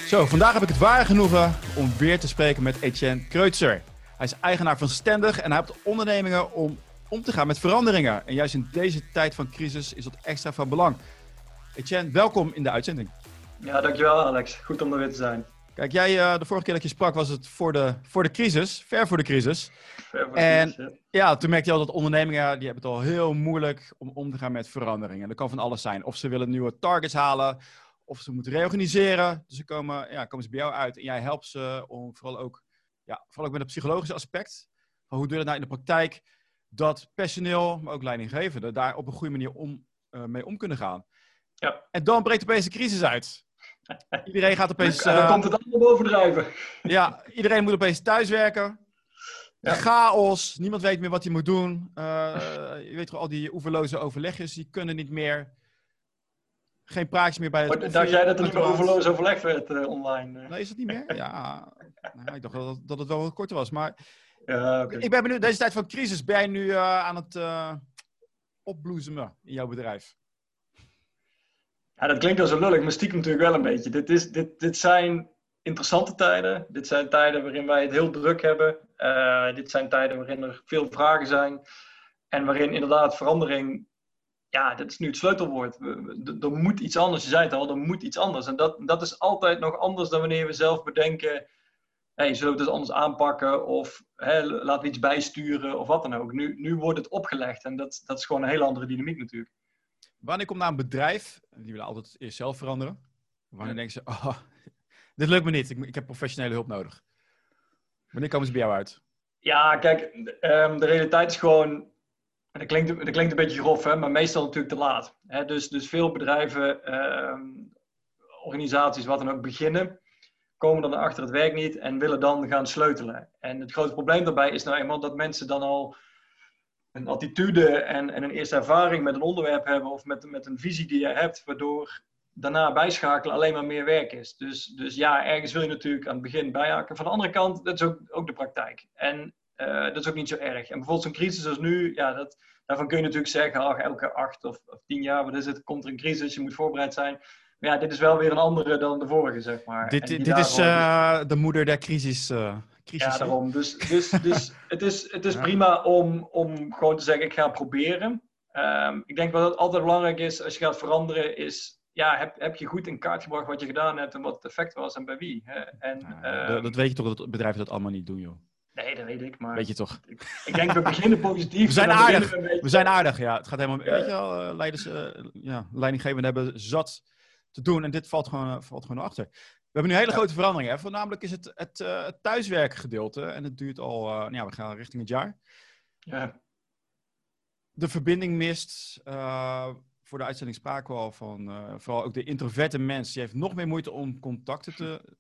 Zo, vandaag heb ik het ware genoegen om weer te spreken met Etienne Kreutzer. Hij is eigenaar van Standig en hij helpt ondernemingen om te gaan met veranderingen. En juist in deze tijd van crisis is dat extra van belang. Etienne, welkom in de uitzending. Ja, dankjewel Alex. Goed om er weer te zijn. Kijk, de vorige keer dat je sprak was het voor de crisis, ver voor de crisis. Ja, toen merkte je al dat ondernemingen, die hebben het al heel moeilijk om te gaan met veranderingen. Dat kan van alles zijn. Of ze willen nieuwe targets halen, of ze moeten reorganiseren. Dus komen ze bij jou uit en jij helpt ze om vooral ook met het psychologische aspect. Van hoe doe je dat nou in de praktijk? Dat personeel, maar ook leidinggevenden, daar op een goede manier mee om kunnen gaan. Ja. En dan breekt opeens de crisis uit. Iedereen gaat opeens... En dan komt het allemaal bovendrijven. Ja, iedereen moet opeens thuiswerken. Ja. Chaos, niemand weet meer wat hij moet doen. Je weet toch, al die oeverloze overlegjes, die kunnen niet meer. Geen praatjes meer bij het... Dacht jij dat er niet meer oeverloos overleg werd online? Nee, is dat niet meer? Ja, ik dacht dat het wel wat korter was. Maar ja, okay. Ik ben benieuwd, deze tijd van crisis, ben jij nu aan het opbloesemen in jouw bedrijf? Ja, dat klinkt al zo lullig, maar stiekem natuurlijk wel een beetje. Dit zijn interessante tijden. Dit zijn tijden waarin wij het heel druk hebben. Dit zijn tijden waarin er veel vragen zijn. En waarin inderdaad verandering... Ja, dat is nu het sleutelwoord. Er moet iets anders. Je zei het al, er moet iets anders. En dat is altijd nog anders dan wanneer we zelf bedenken... Hey, zullen we het anders aanpakken? Of laten we iets bijsturen? Of wat dan ook. Nu wordt het opgelegd. En dat is gewoon een hele andere dynamiek natuurlijk. Wanneer komt naar een bedrijf, die willen altijd eerst zelf veranderen. Wanneer denken ze, dit lukt me niet, ik heb professionele hulp nodig. Wanneer komen ze bij jou uit? Ja, kijk, de realiteit is gewoon, dat klinkt een beetje grof, hè, maar meestal natuurlijk te laat. Hè? Dus veel bedrijven, organisaties, wat dan ook, beginnen, komen dan achter het werk niet en willen dan gaan sleutelen. En het grote probleem daarbij is nou eenmaal dat mensen dan al een attitude en een eerste ervaring met een onderwerp hebben of met een visie die je hebt, waardoor daarna bijschakelen alleen maar meer werk is. Dus ja, ergens wil je natuurlijk aan het begin bijhaken. Van de andere kant, dat is ook de praktijk. En dat is ook niet zo erg. En bijvoorbeeld zo'n crisis als nu, ja, daarvan kun je natuurlijk zeggen, elke 8 of 10 jaar, wat is het, komt er een crisis, je moet voorbereid zijn. Maar ja, dit is wel weer een andere dan de vorige, zeg maar. Dit is de moeder der crisis. Ja, daarom. Dus het is prima om gewoon te zeggen, ik ga proberen. Ik denk wat altijd belangrijk is, als je gaat veranderen, is... Ja, heb je goed in kaart gebracht wat je gedaan hebt en wat het effect was en bij wie. Hè? En, dat weet je toch, dat bedrijven dat allemaal niet doen, joh. Nee, dat weet ik, maar... Weet je toch? Ik denk, we beginnen positief. We zijn aardig. We zijn aardig, ja. Het gaat helemaal... Weet je wel, leidinggevenden hebben zat te doen en dit valt gewoon achter. We hebben nu hele grote veranderingen. Hè? Voornamelijk is het thuiswerkgedeelte. En het duurt al... we gaan richting het jaar. Ja. De verbinding mist. Voor de uitzending spraken we al van... vooral ook de introverte mens. Die heeft nog meer moeite om contacten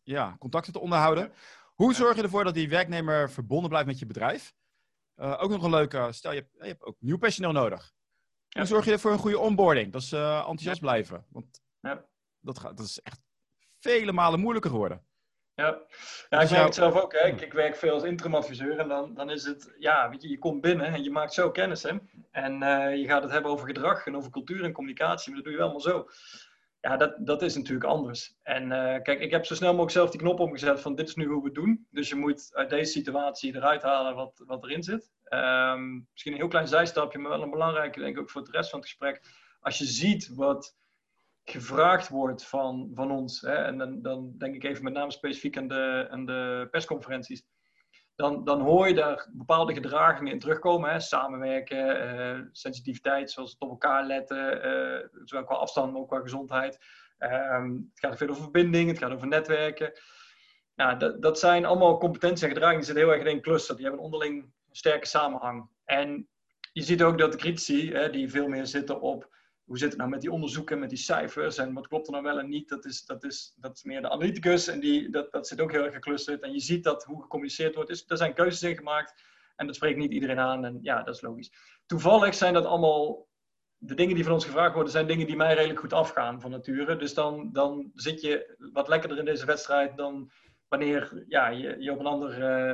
te onderhouden. Hoe zorg je ervoor dat die werknemer verbonden blijft met je bedrijf? Ook nog een leuke... Stel, je hebt ook nieuw personeel nodig. Hoe zorg je ervoor een goede onboarding? Dat is enthousiast blijven. Want dat is echt... vele malen moeilijker geworden. Ja, ik merk het zelf ook. Hè. Ik werk veel als interimadviseur en dan is het... Ja, weet je komt binnen en je maakt zo kennis. Hè. En je gaat het hebben over gedrag en over cultuur en communicatie. Maar dat doe je wel allemaal zo. Ja, dat is natuurlijk anders. En kijk, ik heb zo snel mogelijk zelf die knop omgezet van dit is nu hoe we het doen. Dus je moet uit deze situatie eruit halen wat erin zit. Misschien een heel klein zijstapje, maar wel een belangrijke, denk ik ook voor de rest van het gesprek. Als je ziet wat... gevraagd wordt van ons, hè, en dan denk ik even met name specifiek aan de persconferenties, dan hoor je daar bepaalde gedragingen in terugkomen. Hè, samenwerken, sensitiviteit, zoals op elkaar letten, zowel qua afstand, maar ook qua gezondheid. Het gaat veel over verbinding, het gaat over netwerken. Nou, dat zijn allemaal competenties en gedragingen die zitten heel erg in één cluster. Die hebben een onderling sterke samenhang. En je ziet ook dat de critici, hè, die veel meer zitten op hoe zit het nou met die onderzoeken, met die cijfers en wat klopt er nou wel en niet? Dat is meer de analyticus en dat zit ook heel erg geclusterd. En je ziet dat hoe gecommuniceerd wordt, er zijn keuzes in gemaakt en dat spreekt niet iedereen aan en ja, dat is logisch. Toevallig zijn dat allemaal, de dingen die van ons gevraagd worden, zijn dingen die mij redelijk goed afgaan van nature. Dus dan zit je wat lekkerder in deze wedstrijd dan wanneer je op een ander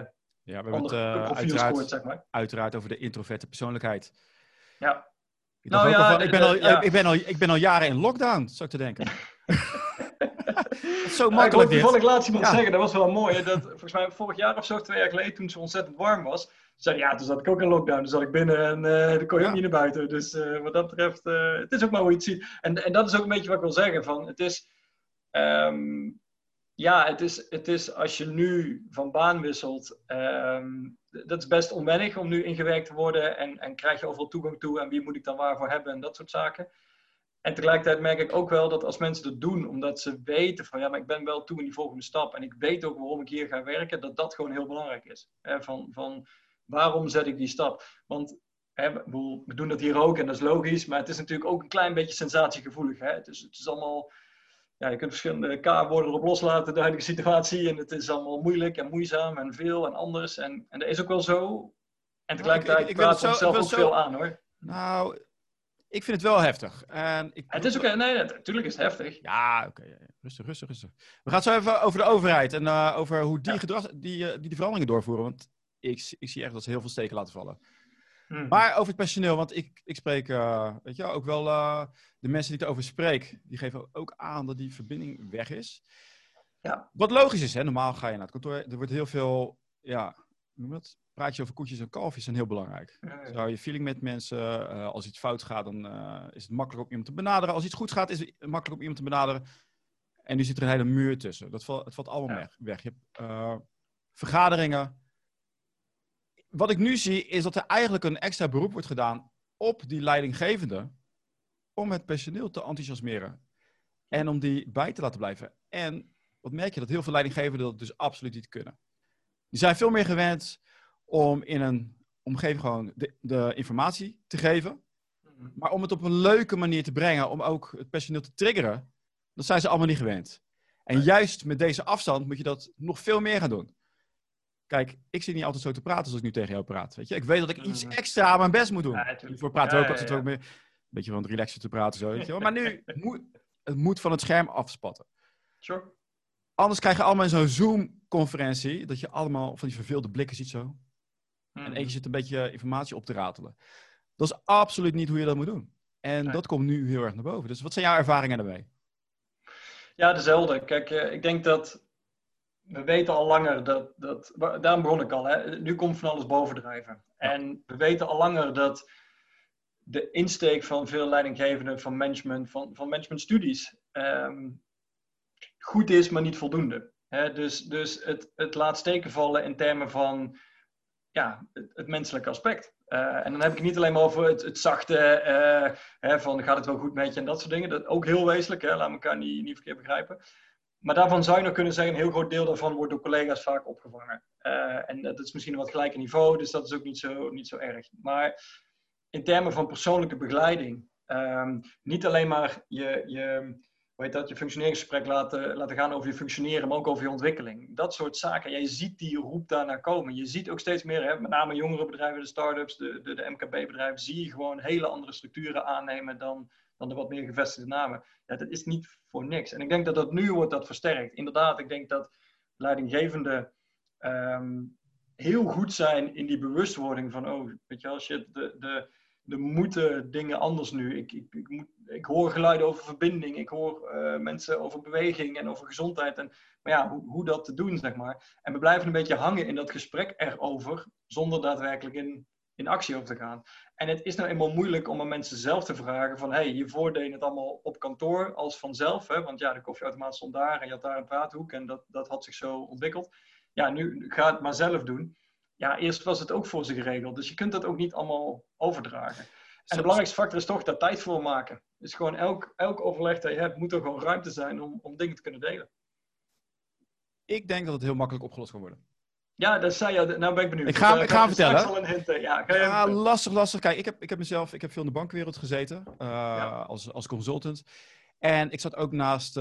profiel scoort, zeg maar. Uiteraard over de introverte persoonlijkheid. Ja. Ik ben al jaren in lockdown, zou ik te denken. Dat is zo makkelijk dit. Ik hoorde laatst iemand zeggen, dat was wel mooi. Hè, dat volgens mij vorig jaar of zo, 2 jaar geleden, toen het zo ontzettend warm was. Zei ja, toen zat ik ook in lockdown. Toen zat ik binnen en dan kon je ook niet naar buiten. Dus wat dat betreft, het is ook maar hoe je het ziet. En dat is ook een beetje wat ik wil zeggen. Van, het is... het is als je nu van baan wisselt, dat is best onwennig om nu ingewerkt te worden en krijg je overal toegang toe en wie moet ik dan waarvoor hebben en dat soort zaken. En tegelijkertijd merk ik ook wel dat als mensen dat doen, omdat ze weten van ja, maar ik ben wel toe in die volgende stap en ik weet ook waarom ik hier ga werken, dat dat gewoon heel belangrijk is. Van waarom zet ik die stap? Want we doen dat hier ook en dat is logisch, maar het is natuurlijk ook een klein beetje sensatiegevoelig. Het is allemaal... Ja, je kunt verschillende K-woorden erop loslaten, de huidige situatie. En het is allemaal moeilijk en moeizaam en veel en anders. En dat is ook wel zo. En tegelijkertijd praat het zelf ook veel aan, hoor. Nou, ik vind het wel heftig. Het is oké. Nee, natuurlijk is het heftig. Ja, oké. Rustig. We gaan het zo even over de overheid en over hoe die veranderingen doorvoeren. Want ik zie echt dat ze heel veel steken laten vallen. Maar over het personeel, want ik spreek, weet je, ook wel de mensen die ik erover spreek, die geven ook aan dat die verbinding weg is. Ja. Wat logisch is, hè? Normaal ga je naar het kantoor, er wordt heel veel, noem dat? Praatje over koetjes en kalfjes zijn heel belangrijk. Zo, je feeling met mensen, als iets fout gaat, dan is het makkelijk om iemand te benaderen. Als iets goed gaat, is het makkelijk om iemand te benaderen. En nu zit er een hele muur tussen. Het valt allemaal weg. Je hebt vergaderingen. Wat ik nu zie, is dat er eigenlijk een extra beroep wordt gedaan op die leidinggevende om het personeel te enthousiasmeren. En om die bij te laten blijven. En wat merk je? Dat heel veel leidinggevenden dat dus absoluut niet kunnen. Die zijn veel meer gewend om in een omgeving gewoon de informatie te geven. Maar om het op een leuke manier te brengen, om ook het personeel te triggeren, dat zijn ze allemaal niet gewend. En juist met deze afstand moet je dat nog veel meer gaan doen. Kijk, ik zit niet altijd zo te praten zoals ik nu tegen jou praat. Weet je? Ik weet dat ik iets extra aan mijn best moet doen. Ja, hiervoor praten we ook altijd ook meer een beetje van het relaxen te praten. Zo, weet je? Maar nu het moet van het scherm afspatten. Sure. Anders krijg je allemaal in zo'n Zoom-conferentie dat je allemaal van die verveelde blikken ziet zo. En eentje zit een beetje informatie op te ratelen. Dat is absoluut niet hoe je dat moet doen. En dat komt nu heel erg naar boven. Dus wat zijn jouw ervaringen daarmee? Ja, dezelfde. Kijk, ik denk dat we weten al langer daarom begon ik al, hè. Nu komt van alles bovendrijven. Ja. En we weten al langer dat de insteek van veel leidinggevenden, van management, van managementstudies, goed is, maar niet voldoende. Dus het laat steken vallen in termen van het menselijke aspect. En dan heb ik het niet alleen maar over het zachte, van gaat het wel goed met je en dat soort dingen. Dat is ook heel wezenlijk, laat elkaar niet verkeerd begrijpen. Maar daarvan zou je nog kunnen zeggen, een heel groot deel daarvan wordt door collega's vaak opgevangen. En dat is misschien een wat gelijker niveau, dus dat is ook niet zo erg. Maar in termen van persoonlijke begeleiding, niet alleen maar je functioneringsgesprek laten gaan over je functioneren, maar ook over je ontwikkeling. Dat soort zaken. Ja, je ziet die roep daarnaar komen. Je ziet ook steeds meer, met name jongere bedrijven, de start-ups, de MKB-bedrijven, zie je gewoon hele andere structuren aannemen dan de wat meer gevestigde namen. Ja, dat is niet voor niks. En ik denk dat nu wordt dat versterkt. Inderdaad, ik denk dat leidinggevenden heel goed zijn in die bewustwording van, weet je wel, shit, er moeten dingen anders nu. Ik hoor geluiden over verbinding. Ik hoor mensen over beweging en over gezondheid. Maar ja, hoe dat te doen, zeg maar. En we blijven een beetje hangen in dat gesprek erover, zonder daadwerkelijk in actie over te gaan. En het is nou eenmaal moeilijk om aan mensen zelf te vragen van, hiervoor deed je het allemaal op kantoor als vanzelf. Hè? Want ja, de koffieautomaat stond daar en je had daar een praathoek en dat had zich zo ontwikkeld. Ja, nu ga het maar zelf doen. Ja, eerst was het ook voor ze geregeld. Dus je kunt dat ook niet allemaal overdragen. En de belangrijkste factor is toch daar tijd voor maken. Dus gewoon elk overleg dat je hebt, moet er gewoon ruimte zijn om dingen te kunnen delen. Ik denk dat het heel makkelijk opgelost kan worden. Ja, dat zei je. Nou ben ik benieuwd. Ik ga hem vertellen. Al een hint, lastig. Kijk, ik heb veel in de bankwereld gezeten. Als consultant. En ik zat ook naast...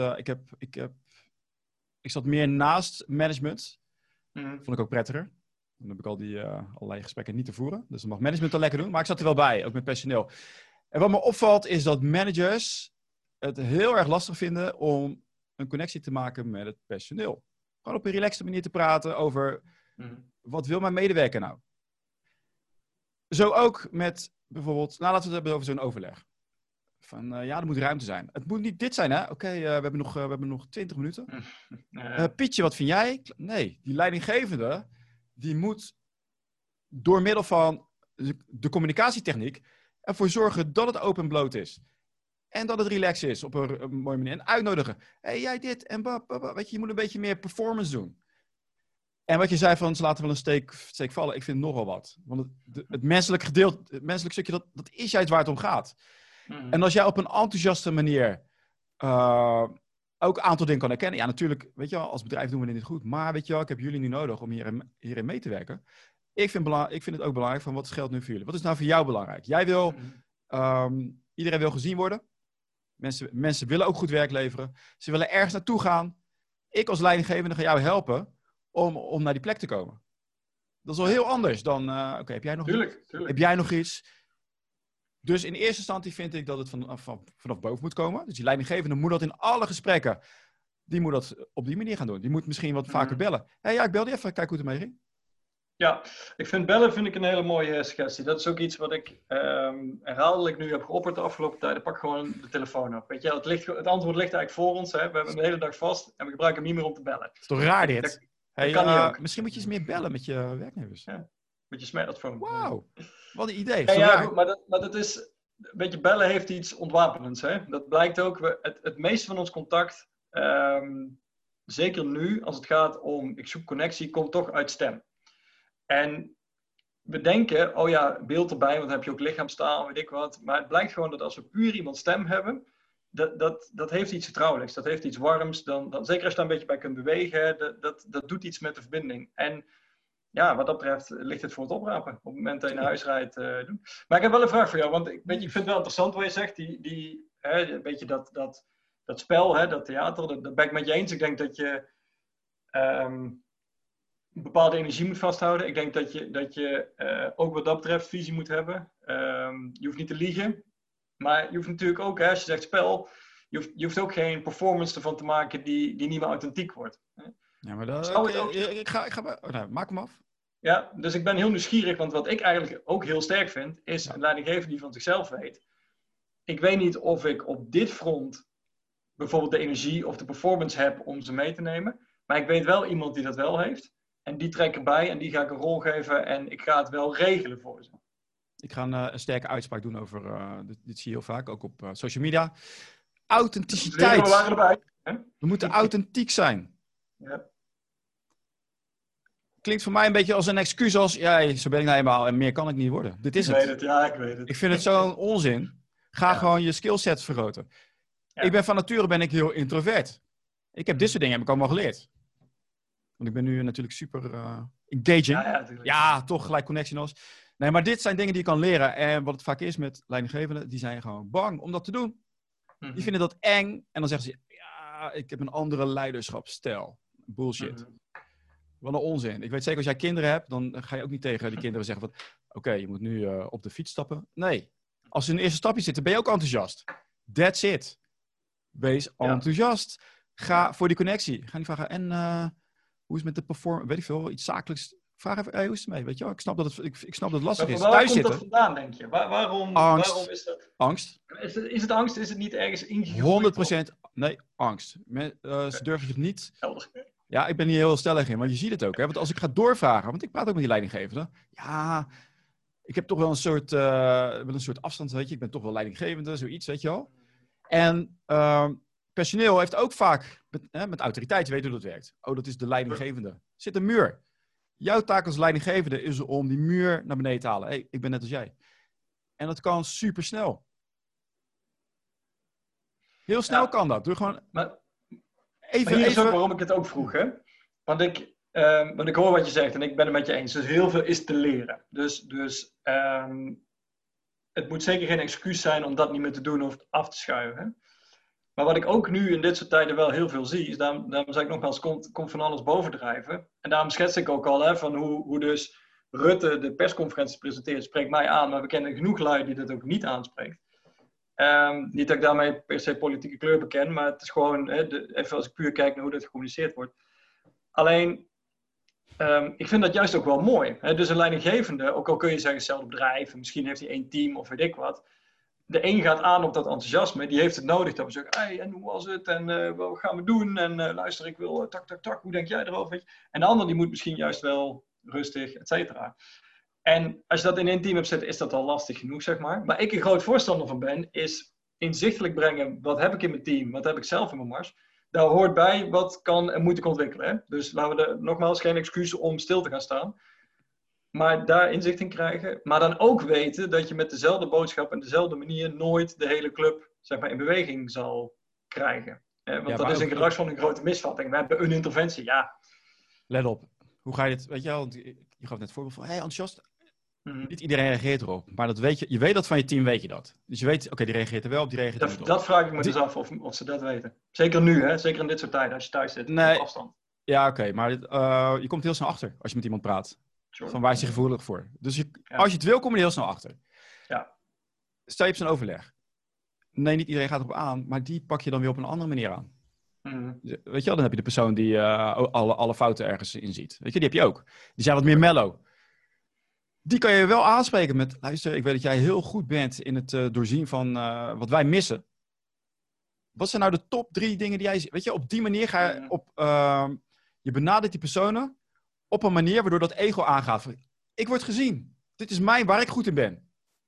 ik zat meer naast management. Vond ik ook prettiger. Dan heb ik allerlei gesprekken niet te voeren. Dus dan mag management dat lekker doen. Maar ik zat er wel bij, ook met personeel. En wat me opvalt is dat managers het heel erg lastig vinden om een connectie te maken met het personeel. Gewoon op een relaxte manier te praten over wat wil mijn medewerker nou. Zo ook met bijvoorbeeld, laten we het hebben over zo'n overleg. er moet ruimte zijn. Het moet niet dit zijn, hè? Oké, we hebben nog 20 minuten. Pietje, wat vind jij? Nee, die leidinggevende, die moet door middel van de communicatietechniek ervoor zorgen dat het open bloot is. En dat het relaxed is op een mooie manier. En uitnodigen. Hé, jij dit en weet je moet een beetje meer performance doen. En wat je zei van, ze laten wel een steek vallen. Ik vind nogal wat. Want het menselijk gedeelte, het menselijk stukje, dat is juist waar het om gaat. Mm-hmm. En als jij op een enthousiaste manier ook een aantal dingen kan herkennen. Ja, natuurlijk, weet je wel, als bedrijf doen we dit niet goed. Maar weet je wel, ik heb jullie nu nodig om hierin mee te werken. Ik vind het ook belangrijk van, wat geldt nu voor jullie? Wat is nou voor jou belangrijk? Jij wil, iedereen wil gezien worden. Mensen willen ook goed werk leveren. Ze willen ergens naartoe gaan. Ik als leidinggevende ga jou helpen om naar die plek te komen. Dat is wel heel anders dan, heb jij nog iets? Dus in eerste instantie vind ik dat het vanaf boven moet komen. Dus die leidinggevende moet dat in alle gesprekken, die moet dat op die manier gaan doen. Die moet misschien wat vaker bellen. Ik belde even, kijk hoe het ermee ging. Ja, ik vind een hele mooie suggestie. Dat is ook iets wat ik herhaaldelijk nu heb geopperd de afgelopen tijd. Pak gewoon de telefoon op. Weet je, het antwoord ligt eigenlijk voor ons. Hè? We hebben hem de hele dag vast en we gebruiken hem niet meer om te bellen. Dat is toch raar dit? Misschien moet je eens meer bellen met je werknemers. Ja, met je smartphone. Wauw, wat een idee. Goed, maar dat is... Een beetje bellen heeft iets ontwapenends. Hè? Dat blijkt ook. Het meeste van ons contact, zeker nu als het gaat om ik zoek connectie, komt toch uit stem. En we denken, beeld erbij, want dan heb je ook lichaamstaal, weet ik wat. Maar het blijkt gewoon dat als we puur iemand stem hebben, dat heeft iets vertrouwelijks, dat heeft iets warms. Dan, zeker als je daar een beetje bij kunt bewegen, dat doet iets met de verbinding. En ja, wat dat betreft ligt het voor het oprapen. Op het moment dat je naar huis rijdt. Doen. Maar ik heb wel een vraag voor jou, want ik vind het wel interessant wat je zegt. Een beetje dat spel, hè, dat theater, dat ben ik met je eens. Ik denk dat je een bepaalde energie moet vasthouden. Ik denk dat je ook wat dat betreft visie moet hebben. Je hoeft niet te liegen. Maar je hoeft natuurlijk ook, hè, als je zegt spel, je hoeft ook geen performance ervan te maken die niet meer authentiek wordt. Ja, maar maak hem af. Ja, dus ik ben heel nieuwsgierig, want wat ik eigenlijk ook heel sterk vind, is een leidinggevende die van zichzelf weet. Ik weet niet of ik op dit front bijvoorbeeld de energie of de performance heb om ze mee te nemen, maar ik weet wel iemand die dat wel heeft. En die trek erbij en die ga ik een rol geven en ik ga het wel regelen voor ze. Ik ga een sterke uitspraak doen over, dit zie je heel vaak, ook op social media. Authenticiteit. We waren erbij. Hè? We moeten authentiek zijn. Ja. Klinkt voor mij een beetje als een excuus als, ja, zo ben ik nou eenmaal en meer kan ik niet worden. Dit is het. Ik weet het. Ik vind het zo'n onzin. Ga gewoon je skillset vergroten. Ja. Van nature heel introvert. Ik heb dit soort dingen heb ik allemaal geleerd. Want ik ben nu natuurlijk super engaging. Ja, toch gelijk connectionals. Nee, maar dit zijn dingen die je kan leren. En wat het vaak is met leidinggevenden, die zijn gewoon bang om dat te doen. Die vinden dat eng. En dan zeggen ze, ja, ik heb een andere leiderschapsstijl. Bullshit. Wat een onzin. Ik weet zeker, als jij kinderen hebt, dan ga je ook niet tegen die kinderen zeggen van, oké, je moet nu op de fiets stappen. Nee. Als ze in een eerste stapje zitten, ben je ook enthousiast. That's it. Wees enthousiast. Ga voor die connectie. Ga niet vragen, en hoe is het met de performance? Weet ik veel, iets zakelijks. Vraag even, hoe is het mee? Weet je wel? Ik snap dat het lastig is. Waar komt dat vandaan, denk je? Waarom is dat? Angst. Is het angst? Is het niet ergens ingegroeid? 100%. Nee, angst. Ze durven het niet. Helder. Ja, ik ben hier heel stellig in, want je ziet het ook. Hè? Want als ik ga doorvragen, want ik praat ook met die leidinggevende. Ja, ik heb toch wel een soort afstand, weet je. Ik ben toch wel leidinggevende, zoiets, weet je wel. En personeel heeft ook vaak, met autoriteit, je weet hoe dat werkt. Oh, dat is de leidinggevende. Er zit een muur. Jouw taak als leidinggevende is om die muur naar beneden te halen. Hey, ik ben net als jij. En dat kan super snel. Heel snel kan dat. Doe gewoon... Maar hier is ook waarom ik het ook vroeg, hè? Want ik hoor wat je zegt en ik ben het met je eens. Dus heel veel is te leren. Dus het moet zeker geen excuus zijn om dat niet meer te doen of af te schuiven. Hè? Maar wat ik ook nu in dit soort tijden wel heel veel zie, is daarom zeg ik nogmaals, komt van alles bovendrijven. En daarom schets ik ook al, hè, van hoe dus Rutte de persconferenties presenteert, spreekt mij aan, maar we kennen genoeg lui die dat ook niet aanspreekt. Niet dat ik daarmee per se politieke kleur beken, maar het is gewoon, even als ik puur kijk naar hoe dat gecommuniceerd wordt. Alleen, ik vind dat juist ook wel mooi. Hè? Dus een leidinggevende, ook al kun je zeggen hetzelfde bedrijf, misschien heeft hij 1 team of weet ik wat. de een gaat aan op dat enthousiasme. Die heeft het nodig dat we zeggen, hey, en hoe was het? En wat gaan we doen? En luister, ik wil tak. Hoe denk jij erover? En de ander die moet misschien juist wel rustig, et cetera. En als je dat in één team hebt zitten, is dat al lastig genoeg, zeg maar. Waar ik een groot voorstander van ben, is inzichtelijk brengen, wat heb ik in mijn team? Wat heb ik zelf in mijn mars? Daar hoort bij, wat kan en moet ik ontwikkelen. Hè? Dus laten we nogmaals geen excuus om stil te gaan staan. Maar daar inzicht in krijgen. Maar dan ook weten dat je met dezelfde boodschap en dezelfde manier nooit de hele club, zeg maar, in beweging zal krijgen. Want dat is een gedragsvorming een grote misvatting. We hebben een interventie, ja. Let op. Hoe ga je dit, weet je wel, je gaf net het voorbeeld van, enthousiast. Niet iedereen reageert erop. Maar dat weet je weet dat van je team, weet je dat. Dus je weet, oké, die reageert er wel op, die reageert er niet op. Dat vraag ik me dus af of ze dat weten. Zeker nu, hè? Zeker in dit soort tijden, als je thuis zit, op afstand. Ja, oké, maar je komt heel snel achter als je met iemand praat. Sure. Van waar is je gevoelig voor. Dus als je het wil, kom je er heel snel achter. Ja. Stel je op zo'n overleg. Nee, niet iedereen gaat erop aan, maar die pak je dan weer op een andere manier aan. Weet je wel, dan heb je de persoon die alle fouten ergens in ziet. Weet je, die heb je ook. Die zijn wat meer mellow. Die kan je wel aanspreken met, luister, ik weet dat jij heel goed bent in het doorzien van wat wij missen. Wat zijn nou de top 3 dingen die jij ziet? Weet je, op die manier ga je je benadert die personen op een manier waardoor dat ego aangaat. Ik word gezien. Dit is waar ik goed in ben.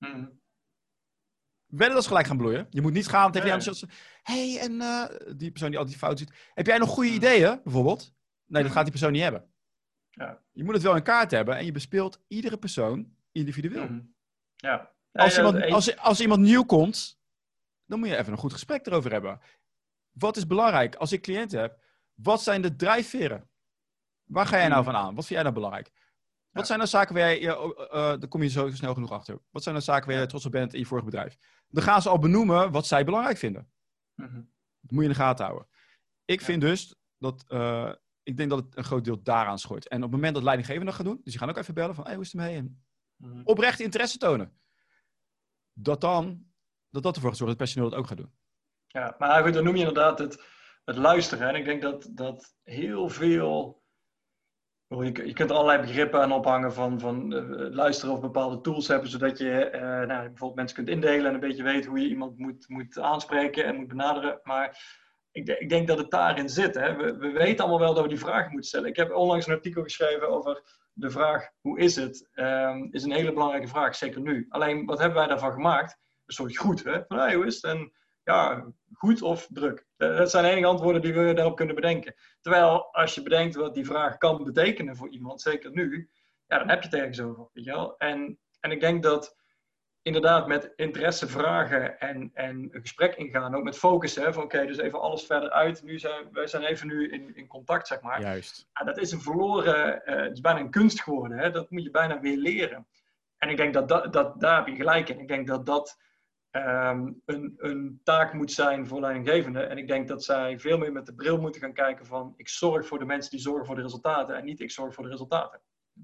Wedden dat is gelijk gaan bloeien. Je moet niet gaan tegen die enthousiaste. Hey, en die persoon die altijd fout ziet. Heb jij nog goede ideeën, bijvoorbeeld? Nee, dat gaat die persoon niet hebben. Ja. Je moet het wel in kaart hebben en je bespeelt iedere persoon individueel. Ja. Als iemand nieuw komt, dan moet je even een goed gesprek erover hebben. Wat is belangrijk? Als ik cliënten heb, wat zijn de drijfveren? Waar ga jij nou van aan? Wat vind jij nou belangrijk? Wat zijn nou zaken waar jij, daar kom je zo snel genoeg achter. Wat zijn nou zaken waar jij trots op bent in je vorige bedrijf? Dan gaan ze al benoemen wat zij belangrijk vinden. Dat moet je in de gaten houden. Ik vind dus dat, ik denk dat het een groot deel daaraan schort. En op het moment dat leidinggevenden dat gaan doen, dus die gaan ook even bellen van, hey, hoe is het ermee? En oprecht interesse tonen. Dat ervoor gezorgd dat het personeel dat ook gaat doen. Ja, maar goed, dan noem je inderdaad het luisteren. En ik denk dat heel veel... Je kunt er allerlei begrippen aan ophangen van luisteren of bepaalde tools hebben, zodat je bijvoorbeeld mensen kunt indelen en een beetje weet hoe je iemand moet aanspreken en moet benaderen. Maar ik denk dat het daarin zit. Hè. We weten allemaal wel dat we die vragen moeten stellen. Ik heb onlangs een artikel geschreven over de vraag, hoe is het? Is een hele belangrijke vraag, zeker nu. Alleen, wat hebben wij daarvan gemaakt? Een soort goed, hè? Van, hey, hoe is het? En ja, goed of druk? Dat zijn de enige antwoorden die we daarop kunnen bedenken. Terwijl, als je bedenkt wat die vraag kan betekenen voor iemand, zeker nu, ja, dan heb je het ergens over, weet je wel? En ik denk dat inderdaad met interesse vragen en een gesprek ingaan, ook met focus, hè, van oké, dus even alles verder uit. Wij zijn even nu in contact, zeg maar. Juist. Ja, dat is een verloren, het is bijna een kunst geworden, hè? Dat moet je bijna weer leren. En ik denk dat daar heb je gelijk in. Ik denk dat een taak moet zijn voor leidinggevenden. En ik denk dat zij veel meer met de bril moeten gaan kijken van ik zorg voor de mensen die zorgen voor de resultaten en niet ik zorg voor de resultaten.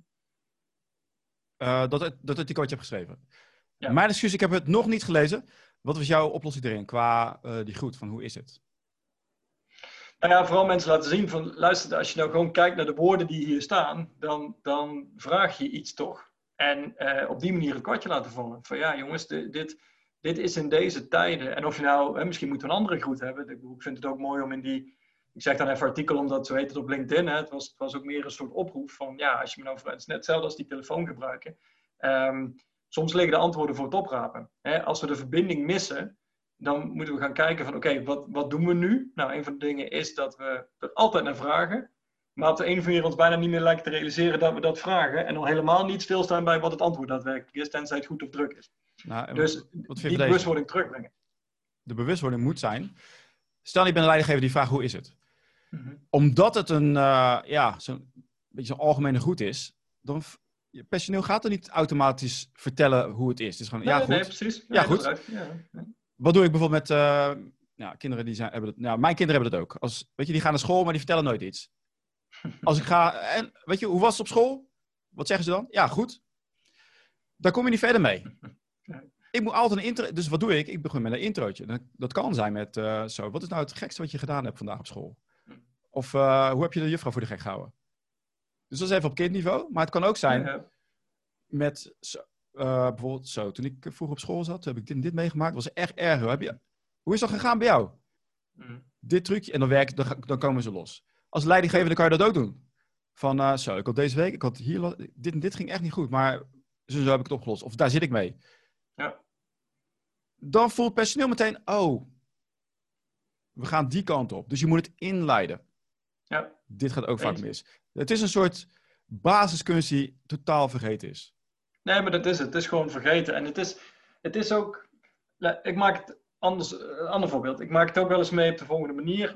Dat artikel wat je hebt geschreven. Ja. Mijn excuus, ik heb het nog niet gelezen. Wat was jouw oplossing erin qua die groet van hoe is het? Nou ja, vooral mensen laten zien van luister, als je nou gewoon kijkt naar de woorden die hier staan, dan vraag je iets toch. En op die manier een kwartje laten vallen. Van ja jongens, dit is in deze tijden. En of je nou, misschien moeten we een andere groet hebben. Ik vind het ook mooi om in die, ik zeg dan even artikel omdat zo heet het op LinkedIn. Hè, het was ook meer een soort oproep van ja, als je me nou vraagt, het is net hetzelfde als die telefoon gebruiken. Soms liggen de antwoorden voor het oprapen. Hè, als we de verbinding missen, dan moeten we gaan kijken van oké, wat doen we nu? Nou, een van de dingen is dat we er altijd naar vragen. Maar op de een of andere manier ons bijna niet meer lijken te realiseren dat we dat vragen. En al helemaal niet stilstaan bij wat het antwoord daadwerkelijk is, tenzij het goed of druk is. Nou, dus die bewustwording terugbrengen. De bewustwording moet zijn. Stel, je bent een leidinggever die vraagt hoe is het? Omdat het een beetje zo'n algemene goed is, dan je personeel gaat er niet automatisch vertellen hoe het is. Het is gewoon, ja goed. Nee, precies. Ja, goed. Ja. Wat doe ik bijvoorbeeld met kinderen hebben het. Nou, mijn kinderen hebben het ook. Weet je, die gaan naar school, maar die vertellen nooit iets. Als ik ga, en weet je, hoe was het op school? Wat zeggen ze dan? Ja, goed. Daar kom je niet verder mee. Ik moet altijd een intro. Dus wat doe ik? Ik begin met een introotje. Dat kan zijn met wat is nou het gekste wat je gedaan hebt vandaag op school? Of hoe heb je de juffrouw voor de gek gehouden? Dus dat is even op kindniveau. Maar het kan ook zijn met bijvoorbeeld zo, toen ik vroeger op school zat, heb ik dit meegemaakt. Dat was echt erg. Hoe is dat gegaan bij jou? Dit trucje. En dan komen ze los. Als leidinggevende kan je dat ook doen. Van, ik had deze week, ik had hier, dit en dit ging echt niet goed. Maar zo heb ik het opgelost. Of daar zit ik mee. Ja. Dan voelt personeel meteen, we gaan die kant op. Dus je moet het inleiden. Ja. Dit gaat ook vaak mis. Het is een soort basiskunst die totaal vergeten is. Nee, maar dat is het. Het is gewoon vergeten. En het is ook... Ik maak het anders... Een ander voorbeeld. Ik maak het ook wel eens mee op de volgende manier.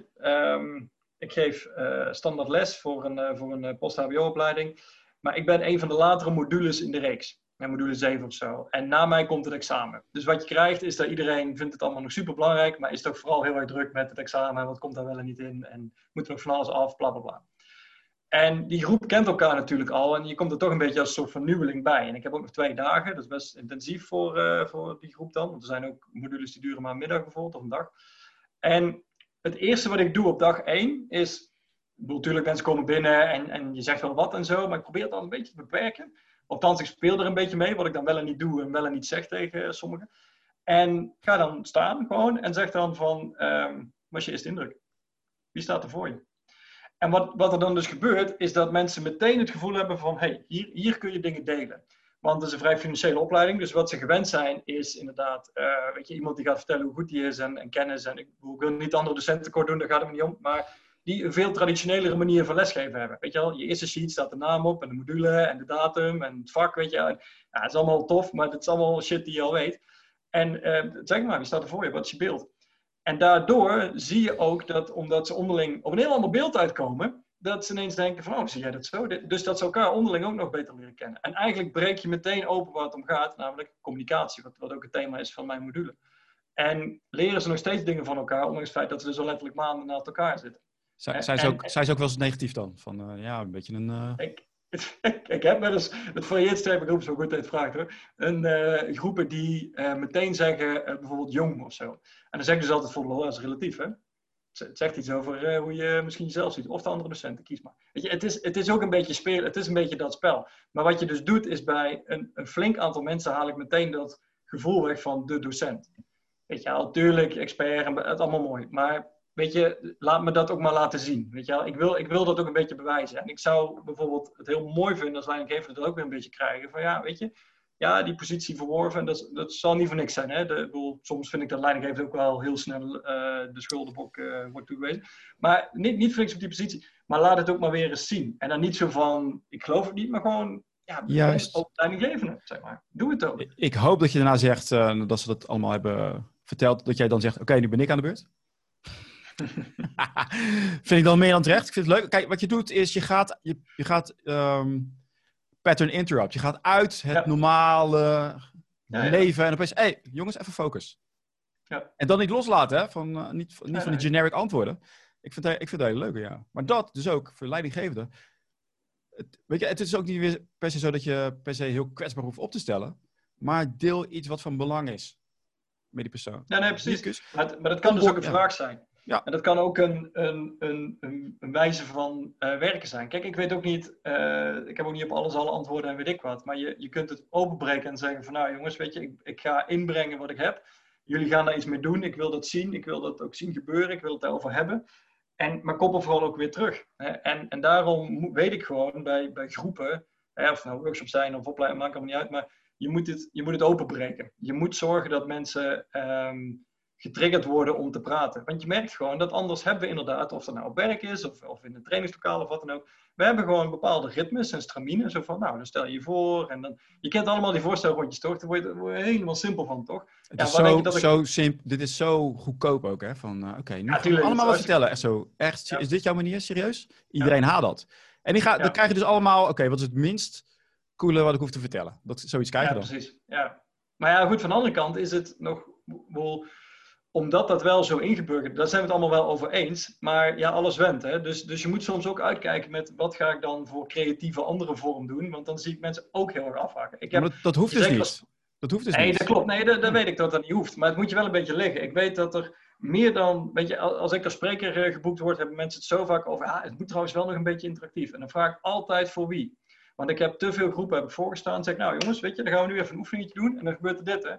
Ik geef standaard les voor een post-HBO-opleiding. Maar ik ben een van de latere modules in de reeks. Module 7 of zo. En na mij komt het examen. Dus wat je krijgt is dat iedereen vindt het allemaal nog super belangrijk. Maar is toch vooral heel erg druk met het examen. Wat komt daar wel en niet in? En moet er nog van alles af, bla bla bla. En die groep kent elkaar natuurlijk al. En je komt er toch een beetje als een soort vernieuweling bij. En ik heb ook nog 2 dagen. Dat is best intensief voor die groep dan. Want er zijn ook modules die duren maar een middag bijvoorbeeld. Of een dag. En het eerste wat ik doe op dag 1 is... Natuurlijk, mensen komen binnen en je zegt wel wat en zo. Maar ik probeer het dan een beetje te beperken. Althans, ik speel er een beetje mee. Wat ik dan wel en niet doe en wel en niet zeg tegen sommigen. En ga dan staan gewoon. En zeg dan van... wat is je eerste indruk? Wie staat er voor je? En wat er dan dus gebeurt, is dat mensen meteen het gevoel hebben van... hey, hier kun je dingen delen. Want het is een vrij financiële opleiding. Dus wat ze gewend zijn, is inderdaad... iemand die gaat vertellen hoe goed die is en kennis. En ik wil niet andere docenten tekort doen, daar gaat het me niet om. Maar die een veel traditionelere manier van lesgeven hebben. Weet je wel, je eerste sheet staat de naam op en de module en de datum en het vak, weet je. Ja, het is allemaal tof, maar het is allemaal shit die je al weet. En zeg maar, wie staat er voor je? Wat is je beeld? En daardoor zie je ook dat, omdat ze onderling op een heel ander beeld uitkomen, dat ze ineens denken van, zie jij dat zo? Dus dat ze elkaar onderling ook nog beter leren kennen. En eigenlijk breek je meteen open waar het om gaat, namelijk communicatie, wat ook het thema is van mijn module. En leren ze nog steeds dingen van elkaar, ondanks het feit dat ze dus al letterlijk maanden naast elkaar zitten. Zijn ze ook wel eens negatief dan? Van, een beetje een... Ik heb wel eens, het varieert sterk groep, zo goed het vraagt hoor. Groepen die meteen zeggen, bijvoorbeeld jong of zo. En dan zeggen ze altijd van, dat is relatief hè. Het zegt iets over hoe je misschien jezelf ziet. Of de andere docenten, kies maar. Weet je, het is ook een beetje spelen, het is een beetje dat spel. Maar wat je dus doet, is bij een flink aantal mensen haal ik meteen dat gevoel weg van de docent. Weet je wel, tuurlijk, expert, en het allemaal mooi. Maar weet je, laat me dat ook maar laten zien. Weet je wel? Ik wil dat ook een beetje bewijzen. En ik zou bijvoorbeeld het heel mooi vinden als leidinggevenden dat ook weer een beetje krijgen. Van ja, weet je, die positie verworven. En dat zal niet voor niks zijn. Hè? Soms vind ik dat leidinggevenden ook wel heel snel de schuldenbok wordt toegewezen. Maar niet voor niks op die positie. Maar laat het ook maar weer eens zien. En dan niet zo van, ik geloof het niet, maar gewoon... ook leidinggevenden, zeg maar. Doe het ook. Ik hoop dat je daarna zegt, dat ze dat allemaal hebben verteld, dat jij dan zegt, oké, nu ben ik aan de beurt. Vind ik dan meer dan terecht. Ik vind het leuk. Kijk, wat je doet is, je gaat pattern interrupt. Je gaat uit het normale leven en opeens, hey, jongens, even focus. Ja. En dan niet loslaten, hè, van niet van die generic antwoorden. Ik vind het heel leuk, ja. Maar dat dus ook voor leidinggevenden. Weet je, het is ook niet weer per se zo dat je per se heel kwetsbaar hoeft op te stellen. Maar deel iets wat van belang is met die persoon. Ja, nee, precies. Maar dat kan dus ook een vraag zijn. Ja. En dat kan ook een wijze van werken zijn. Kijk, ik weet ook niet, ik heb ook niet op alles alle antwoorden en weet ik wat. Maar je kunt het openbreken en zeggen van nou jongens, weet je, ik ga inbrengen wat ik heb. Jullie gaan daar iets mee doen. Ik wil dat zien. Ik wil dat ook zien gebeuren. Ik wil het daarover hebben. Maar koppel vooral ook weer terug. En daarom weet ik gewoon bij groepen, of het nou workshops zijn of opleiding, maakt allemaal niet uit. Maar je moet het openbreken. Je moet zorgen dat mensen getriggerd worden om te praten. Want je merkt gewoon dat anders hebben we inderdaad, of dat nou op werk is of in een trainingslokaal of wat dan ook. We hebben gewoon bepaalde ritmes en straminen. Zo van, nou, dan stel je je voor. En dan, je kent allemaal die voorstelrondjes toch? Daar word je helemaal simpel van, toch? Het is zo simpel. Dit is zo goedkoop ook, hè? Van, oké, nu gaan we allemaal wat vertellen. Echt, is dit jouw manier? Serieus? Iedereen haalt dat. En dan krijg je dus allemaal, oké, wat is het minst coole wat ik hoef te vertellen? Zoiets krijg je dan. Precies. Ja. Maar ja, goed, van de andere kant is het nog wel... Omdat dat wel zo ingeburgerd, daar zijn we het allemaal wel over eens. Maar ja, alles went. Hè? Dus je moet soms ook uitkijken met wat ga ik dan voor creatieve andere vorm doen. Want dan zie ik mensen ook heel erg afhaken. Dat hoeft dus niet. Dat hoeft dus niet. Dat klopt. Nee, dat weet ik dat dat niet hoeft. Maar het moet je wel een beetje liggen. Ik weet dat er meer dan... Weet je, als ik als spreker geboekt word, hebben mensen het zo vaak over... het moet trouwens wel nog een beetje interactief. En dan vraag ik altijd voor wie. Want ik heb te veel groepen heb ik voorgestaan en zeg ik, nou jongens, weet je, dan gaan we nu even een oefeningetje doen en dan gebeurt er dit, hè.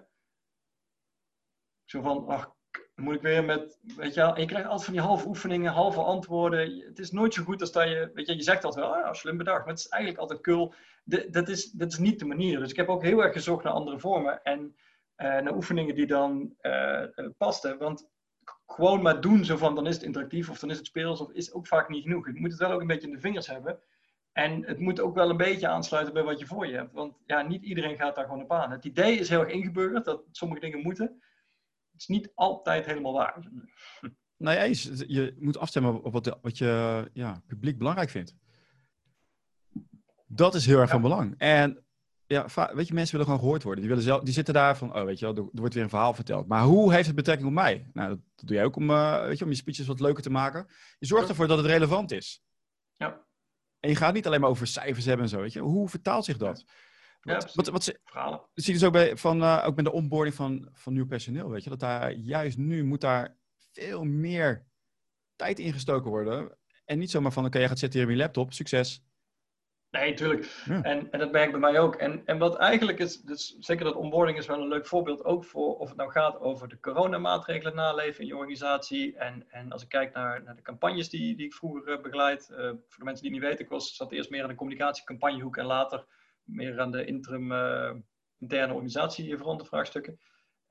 Zo van, ach, dan moet ik weer met, weet je wel, en je krijgt altijd van die halve oefeningen, halve antwoorden. Het is nooit zo goed als dat je, weet je zegt dat wel, ja, slim bedacht, maar het is eigenlijk altijd kul. Dat is niet de manier. Dus ik heb ook heel erg gezocht naar andere vormen en naar oefeningen die dan pasten. Want gewoon maar doen, zo van, dan is het interactief of dan is het speels, of is ook vaak niet genoeg. Je moet het wel ook een beetje in de vingers hebben. En het moet ook wel een beetje aansluiten bij wat je voor je hebt. Want ja, niet iedereen gaat daar gewoon op aan. Het idee is heel erg ingeburgerd dat sommige dingen moeten. Het is niet altijd helemaal waar. Nou ja, je moet afstemmen op wat je publiek belangrijk vindt. Dat is heel erg van belang. En ja, weet je, mensen willen gewoon gehoord worden. Die zitten daar van, oh, weet je wel, er wordt weer een verhaal verteld. Maar hoe heeft het betrekking op mij? Nou, dat doe jij ook om je speeches wat leuker te maken. Je zorgt ervoor dat het relevant is. Ja. En je gaat niet alleen maar over cijfers hebben en zo, weet je. Hoe vertaalt zich dat? Verhalen. Zie je dus ook met de onboarding van nieuw personeel, weet je. Dat daar juist nu moet daar veel meer tijd ingestoken worden. En niet zomaar van, oké, jij gaat zitten hier op je laptop, succes. Nee, tuurlijk. Ja. En dat merk ik bij mij ook. En wat eigenlijk is, dus zeker dat onboarding is wel een leuk voorbeeld ook voor of het nou gaat over de coronamaatregelen naleven in je organisatie. En als ik kijk naar de campagnes die ik vroeger begeleid, voor de mensen die het niet weten, zat eerst meer aan de communicatiecampagnehoek en later meer aan de interne organisatieverandervraagstukken.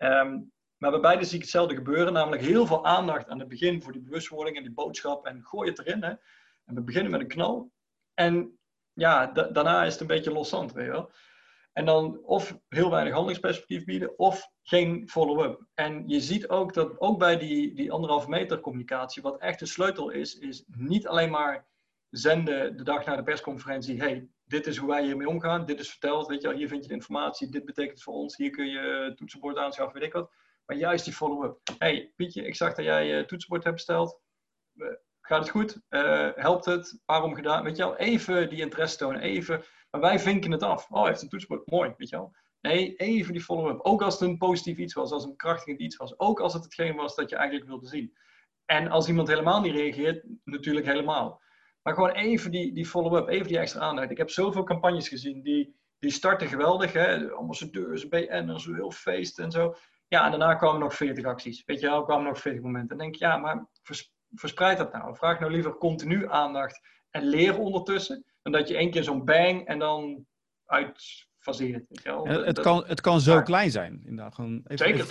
Maar bij beide zie ik hetzelfde gebeuren, namelijk heel veel aandacht aan het begin voor die bewustwording en die boodschap en gooi het erin. Hè. En we beginnen met een knal. En ja, daarna is het een beetje loszand, weet je wel. En dan of heel weinig handelingsperspectief bieden, of geen follow-up. En je ziet ook dat, ook bij die 1,5 meter communicatie, wat echt de sleutel is niet alleen maar zenden de dag na de persconferentie, hey, dit is hoe wij hiermee omgaan, dit is verteld, weet je wel, hier vind je de informatie, dit betekent het voor ons, hier kun je toetsenbord aanschaffen, weet ik wat. Maar juist die follow-up. Hey, Pietje, ik zag dat jij je toetsenbord hebt besteld. Gaat het goed? Helpt het? Waarom gedaan? Weet je wel, even die interesse tonen, even. Maar wij vinken het af. Oh, hij heeft een toetsenbord. Mooi, weet je wel. Nee, even die follow-up. Ook als het een positief iets was, als een krachtig iets was. Ook als het hetgeen was dat je eigenlijk wilde zien. En als iemand helemaal niet reageert, natuurlijk helemaal. Maar gewoon even die follow-up, even die extra aandacht. Ik heb zoveel campagnes gezien, die starten geweldig. Hè? Ambassadeurs, BN'ers, heel feest en zo. Ja, en daarna kwamen nog 40 acties. Weet je wel, kwamen nog 40 momenten. En dan denk ik, ja, maar verspreid dat nou. Vraag nou liever continu aandacht en leer ondertussen. Dan dat je 1 keer zo'n bang en dan uitfaseert. Weet je wel? Het kan zo klein zijn. Inderdaad. Gewoon Zeker,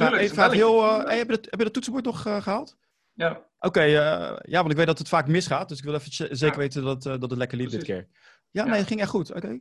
heb je dat toetsenbord nog gehaald? Ja. Oké, ja, want ik weet dat het vaak misgaat. Dus ik wil even zeker weten dat het lekker liep dit keer. Ja, nee, het ging echt goed. Oké.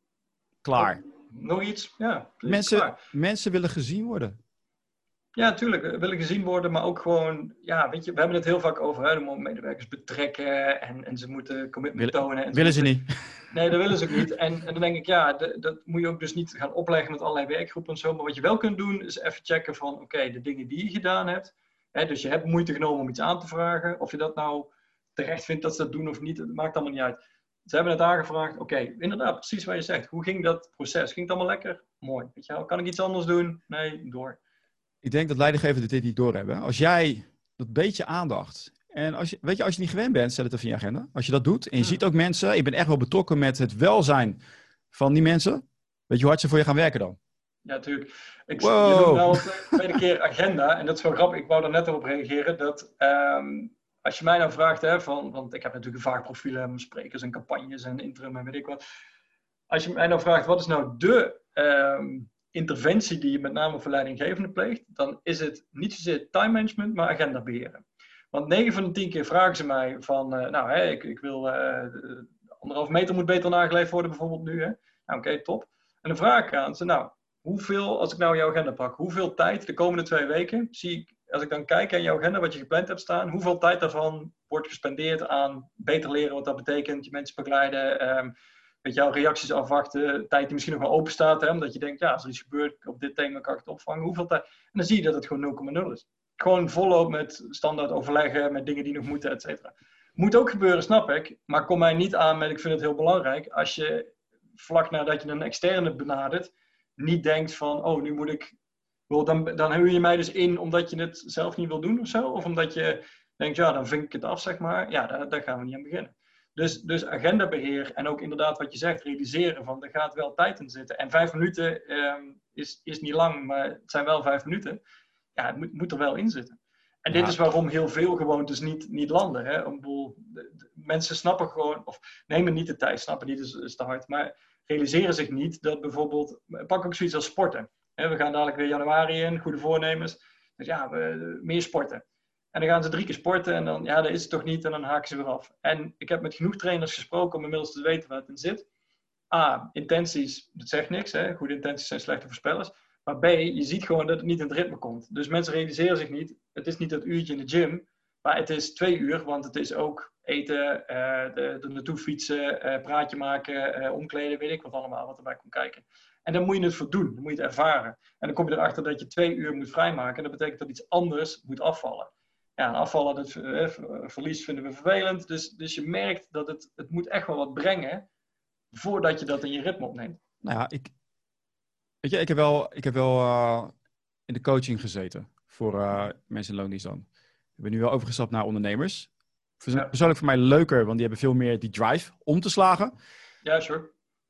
Klaar. Nog iets? Ja. Mensen willen gezien worden. Ja, natuurlijk. We willen gezien worden, maar ook gewoon, ja, weet je, we hebben het heel vaak over, hè, de medewerkers betrekken en ze moeten commitment tonen. En willen ze niet? Nee, dat willen ze ook niet. En dan denk ik, ja, dat moet je ook dus niet gaan opleggen met allerlei werkgroepen en zo. Maar wat je wel kunt doen, is even checken van, oké, de dingen die je gedaan hebt. Hè, dus je hebt moeite genomen om iets aan te vragen. Of je dat nou terecht vindt dat ze dat doen of niet, dat maakt allemaal niet uit. Ze hebben het aangevraagd. Oké, inderdaad, precies wat je zegt. Hoe ging dat proces? Ging het allemaal lekker? Mooi. Weet je wel? Kan ik iets anders doen? Nee, door. Ik denk dat leidinggevenden dit niet doorhebben. Als jij dat beetje aandacht... En als je niet gewend bent, zet het even in je agenda. Als je dat doet en je ziet ook mensen... Ik ben echt wel betrokken met het welzijn van die mensen. Weet je hoe hard ze voor je gaan werken dan? Ja, natuurlijk. Je noemt nou de tweede keer agenda. En dat is wel grappig. Ik wou daar net op reageren. Dat als je mij nou vraagt... Hè, want ik heb natuurlijk vaak profielen... sprekers en campagnes en interim en weet ik wat. Als je mij nou vraagt... Wat is nou de... interventie die je met name voor leidinggevenden pleegt, dan is het niet zozeer time management, maar agenda beheren. Want 9 van de 10 keer vragen ze mij van, ik wil 1,5 meter moet beter nageleefd worden bijvoorbeeld nu. Hè? Nou, oké, top. En dan vraag ik aan ze, hoeveel, als ik nou jouw agenda pak, hoeveel tijd de komende 2 weken, zie ik, als ik dan kijk aan jouw agenda, wat je gepland hebt staan, hoeveel tijd daarvan wordt gespendeerd aan beter leren wat dat betekent, je mensen begeleiden, weet je wel, reacties afwachten, tijd die misschien nog wel open staat, hè, omdat je denkt, ja, als er iets gebeurt op dit thema kan ik het opvangen, hoeveel tijd? En dan zie je dat het gewoon 0,0 is. Gewoon volop met standaard overleggen, met dingen die nog moeten, et cetera. Moet ook gebeuren, snap ik, maar kom mij niet aan met, ik vind het heel belangrijk, als je vlak nadat je een externe benadert, niet denkt van, oh, nu moet ik, dan huur je mij dus in omdat je het zelf niet wil doen of zo, of omdat je denkt, ja, dan vink ik het af, zeg maar. Ja, daar gaan we niet aan beginnen. Dus agendabeheer en ook inderdaad wat je zegt, realiseren van er gaat wel tijd in zitten. En 5 minuten is niet lang, maar het zijn wel 5 minuten. Ja, het moet er wel in zitten. En dit is waarom heel veel gewoontes niet landen. Hè? Mensen snappen gewoon, of nemen niet de tijd, snappen niet is te hard, maar realiseren zich niet dat bijvoorbeeld, pak ook zoiets als sporten. Hè? We gaan dadelijk weer januari in, goede voornemens. Dus ja, meer sporten. En dan gaan ze 3 keer sporten en dan, ja, dat is het toch niet en dan haken ze weer af. En ik heb met genoeg trainers gesproken om inmiddels te weten waar het in zit. A, intenties, dat zegt niks. Hè? Goede intenties zijn slechte voorspellers. Maar B, je ziet gewoon dat het niet in het ritme komt. Dus mensen realiseren zich niet, het is niet dat uurtje in de gym, maar het is 2 uur, want het is ook eten, er naartoe fietsen, praatje maken, omkleden, weet ik wat allemaal, wat erbij komt kijken. En daar moet je het voor doen, dan moet je het ervaren. En dan kom je erachter dat je 2 uur moet vrijmaken en dat betekent dat iets anders moet afvallen. Ja, en afvallen, dat verlies vinden we vervelend. Dus je merkt dat het moet echt wel wat brengen voordat je dat in je ritme opneemt. Nou ja, ik heb wel in de coaching gezeten voor mensen in loondienst dan. Ik ben nu wel overgestapt naar ondernemers. Persoonlijk voor mij leuker, want die hebben veel meer die drive om te slagen. Ja, sure.